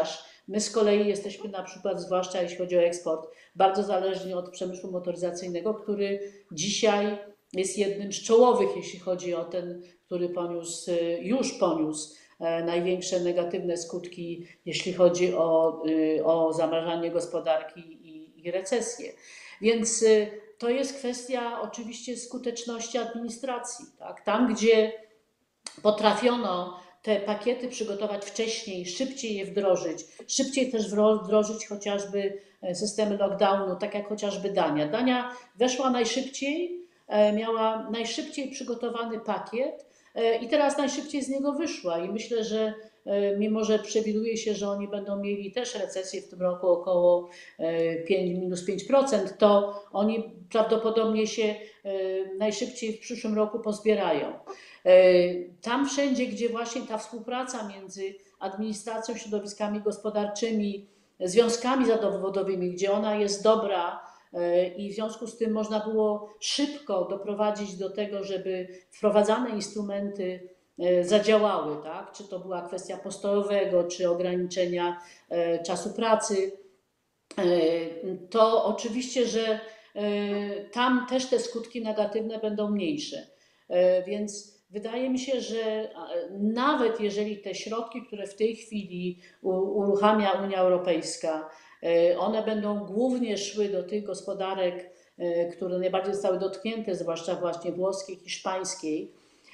My z kolei jesteśmy na przykład, zwłaszcza jeśli chodzi o eksport, bardzo zależni od przemysłu motoryzacyjnego, który dzisiaj jest jednym z czołowych, jeśli chodzi o ten, który poniósł, już poniósł największe negatywne skutki, jeśli chodzi o, o zamrażanie gospodarki i, i recesję. Więc to jest kwestia oczywiście skuteczności administracji. Tak? Tam, gdzie potrafiono te pakiety przygotować wcześniej, szybciej je wdrożyć, szybciej też wdrożyć chociażby systemy lockdownu, tak jak chociażby Dania. Dania weszła najszybciej, miała najszybciej przygotowany pakiet i teraz najszybciej z niego wyszła. I myślę, że mimo, że przewiduje się, że oni będą mieli też recesję w tym roku około minus pięć procent, to oni prawdopodobnie się najszybciej w przyszłym roku pozbierają. Tam wszędzie, gdzie właśnie ta współpraca między administracją, środowiskami gospodarczymi, związkami zawodowymi, gdzie ona jest dobra i w związku z tym można było szybko doprowadzić do tego, żeby wprowadzane instrumenty zadziałały, tak? Czy to była kwestia postojowego, czy ograniczenia czasu pracy, to oczywiście, że tam też te skutki negatywne będą mniejsze. Więc wydaje mi się, że nawet jeżeli te środki, które w tej chwili uruchamia Unia Europejska, one będą głównie szły do tych gospodarek, które najbardziej zostały dotknięte, zwłaszcza właśnie włoskiej, hiszpańskiej,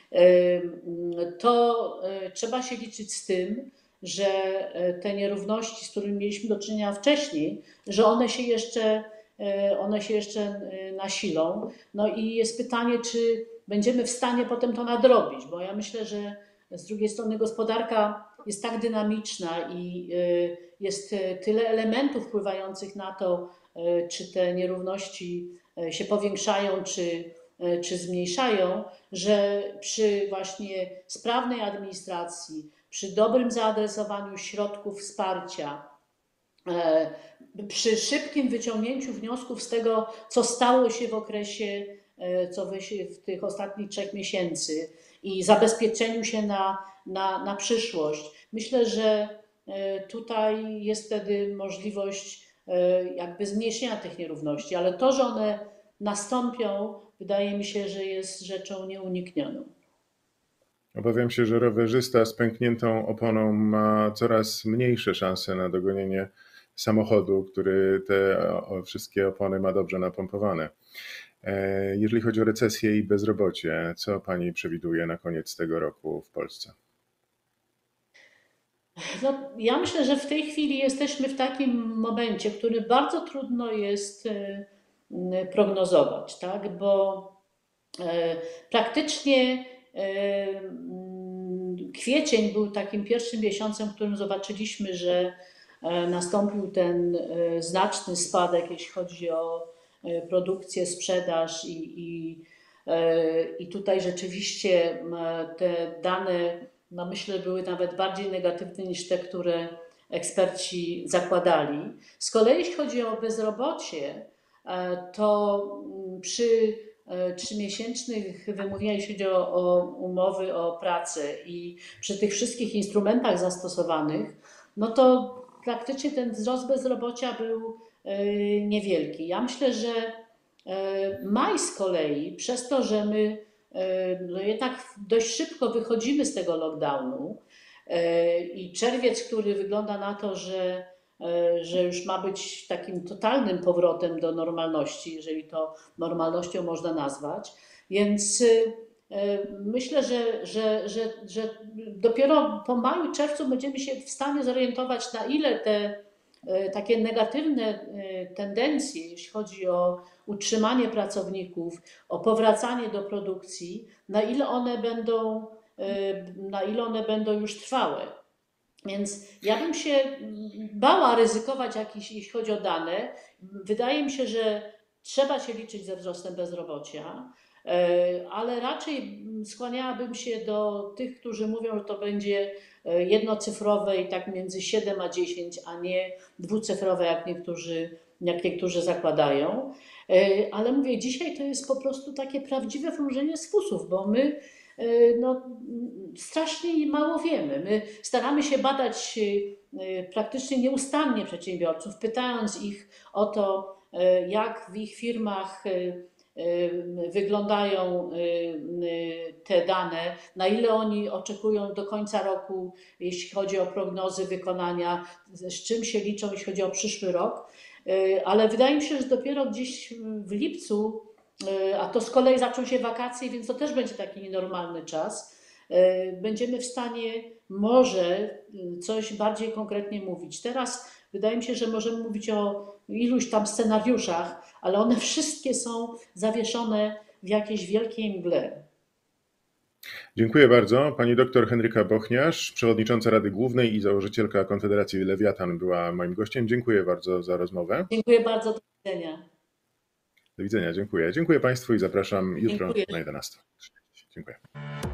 to trzeba się liczyć z tym, że te nierówności, z którymi mieliśmy do czynienia wcześniej, że one się jeszcze, one się jeszcze nasilą. No i jest pytanie, czy będziemy w stanie potem to nadrobić, bo ja myślę, że z drugiej strony gospodarka jest tak dynamiczna i jest tyle elementów wpływających na to, czy te nierówności się powiększają, czy, czy zmniejszają, że przy właśnie sprawnej administracji, przy dobrym zaadresowaniu środków wsparcia, przy szybkim wyciągnięciu wniosków z tego, co stało się w okresie, co w tych ostatnich trzech miesięcy i zabezpieczeniu się na, na, na przyszłość. Myślę, że tutaj jest wtedy możliwość jakby zmniejszenia tych nierówności, ale to, że one nastąpią, wydaje mi się, że jest rzeczą nieuniknioną. Obawiam się, że rowerzysta z pękniętą oponą ma coraz mniejsze szanse na dogonienie samochodu, który te wszystkie opony ma dobrze napompowane. Jeżeli chodzi o recesję i bezrobocie, co pani przewiduje na koniec tego roku w Polsce? No, ja myślę, że w tej chwili jesteśmy w takim momencie, który bardzo trudno jest prognozować, tak? Bo praktycznie kwiecień był takim pierwszym miesiącem, w którym zobaczyliśmy, że nastąpił ten znaczny spadek, jeśli chodzi o produkcję, sprzedaż i, i, i tutaj rzeczywiście te dane, no myślę, były nawet bardziej negatywne niż te, które eksperci zakładali. Z kolei jeśli chodzi o bezrobocie, to przy trzymiesięcznych wymówieniach, jeśli chodzi o, o umowy o pracę i przy tych wszystkich instrumentach zastosowanych, no to praktycznie ten wzrost bezrobocia był niewielki. Ja myślę, że maj z kolei, przez to, że my no jednak dość szybko wychodzimy z tego lockdownu i czerwiec, który wygląda na to, że, że już ma być takim totalnym powrotem do normalności, jeżeli to normalnością można nazwać, więc myślę, że, że, że, że dopiero po maju, czerwcu będziemy się w stanie zorientować, na ile te takie negatywne tendencje, jeśli chodzi o utrzymanie pracowników, o powracanie do produkcji, na ile one będą, na ile one będą już trwałe. Więc ja bym się bała ryzykować jakiś, jeśli chodzi o dane. Wydaje mi się, że trzeba się liczyć ze wzrostem bezrobocia, ale raczej skłaniałabym się do tych, którzy mówią, że to będzie jednocyfrowe i tak między siedem a dziesięć, a nie dwucyfrowe, jak niektórzy, jak niektórzy zakładają. Ale mówię, dzisiaj to jest po prostu takie prawdziwe wróżenie z fusów, bo my no, strasznie mało wiemy. My staramy się badać praktycznie nieustannie przedsiębiorców, pytając ich o to, jak w ich firmach wyglądają te dane, na ile oni oczekują do końca roku, jeśli chodzi o prognozy wykonania, z czym się liczą, jeśli chodzi o przyszły rok. Ale wydaje mi się, że dopiero gdzieś w lipcu, a to z kolei zaczną się wakacje, więc to też będzie taki nienormalny czas, będziemy w stanie może coś bardziej konkretnie mówić. Teraz wydaje mi się, że możemy mówić o iluś tam scenariuszach, ale one wszystkie są zawieszone w jakiejś wielkiej mgle. Dziękuję bardzo. Pani doktor Henryka Bochniarz, przewodnicząca Rady Głównej i założycielka Konfederacji Lewiatan, była moim gościem. Dziękuję bardzo za rozmowę. Dziękuję bardzo. Do widzenia. Do widzenia, dziękuję. Dziękuję Państwu i zapraszam jutro Dziękuję. na jedenastą. Dziękuję.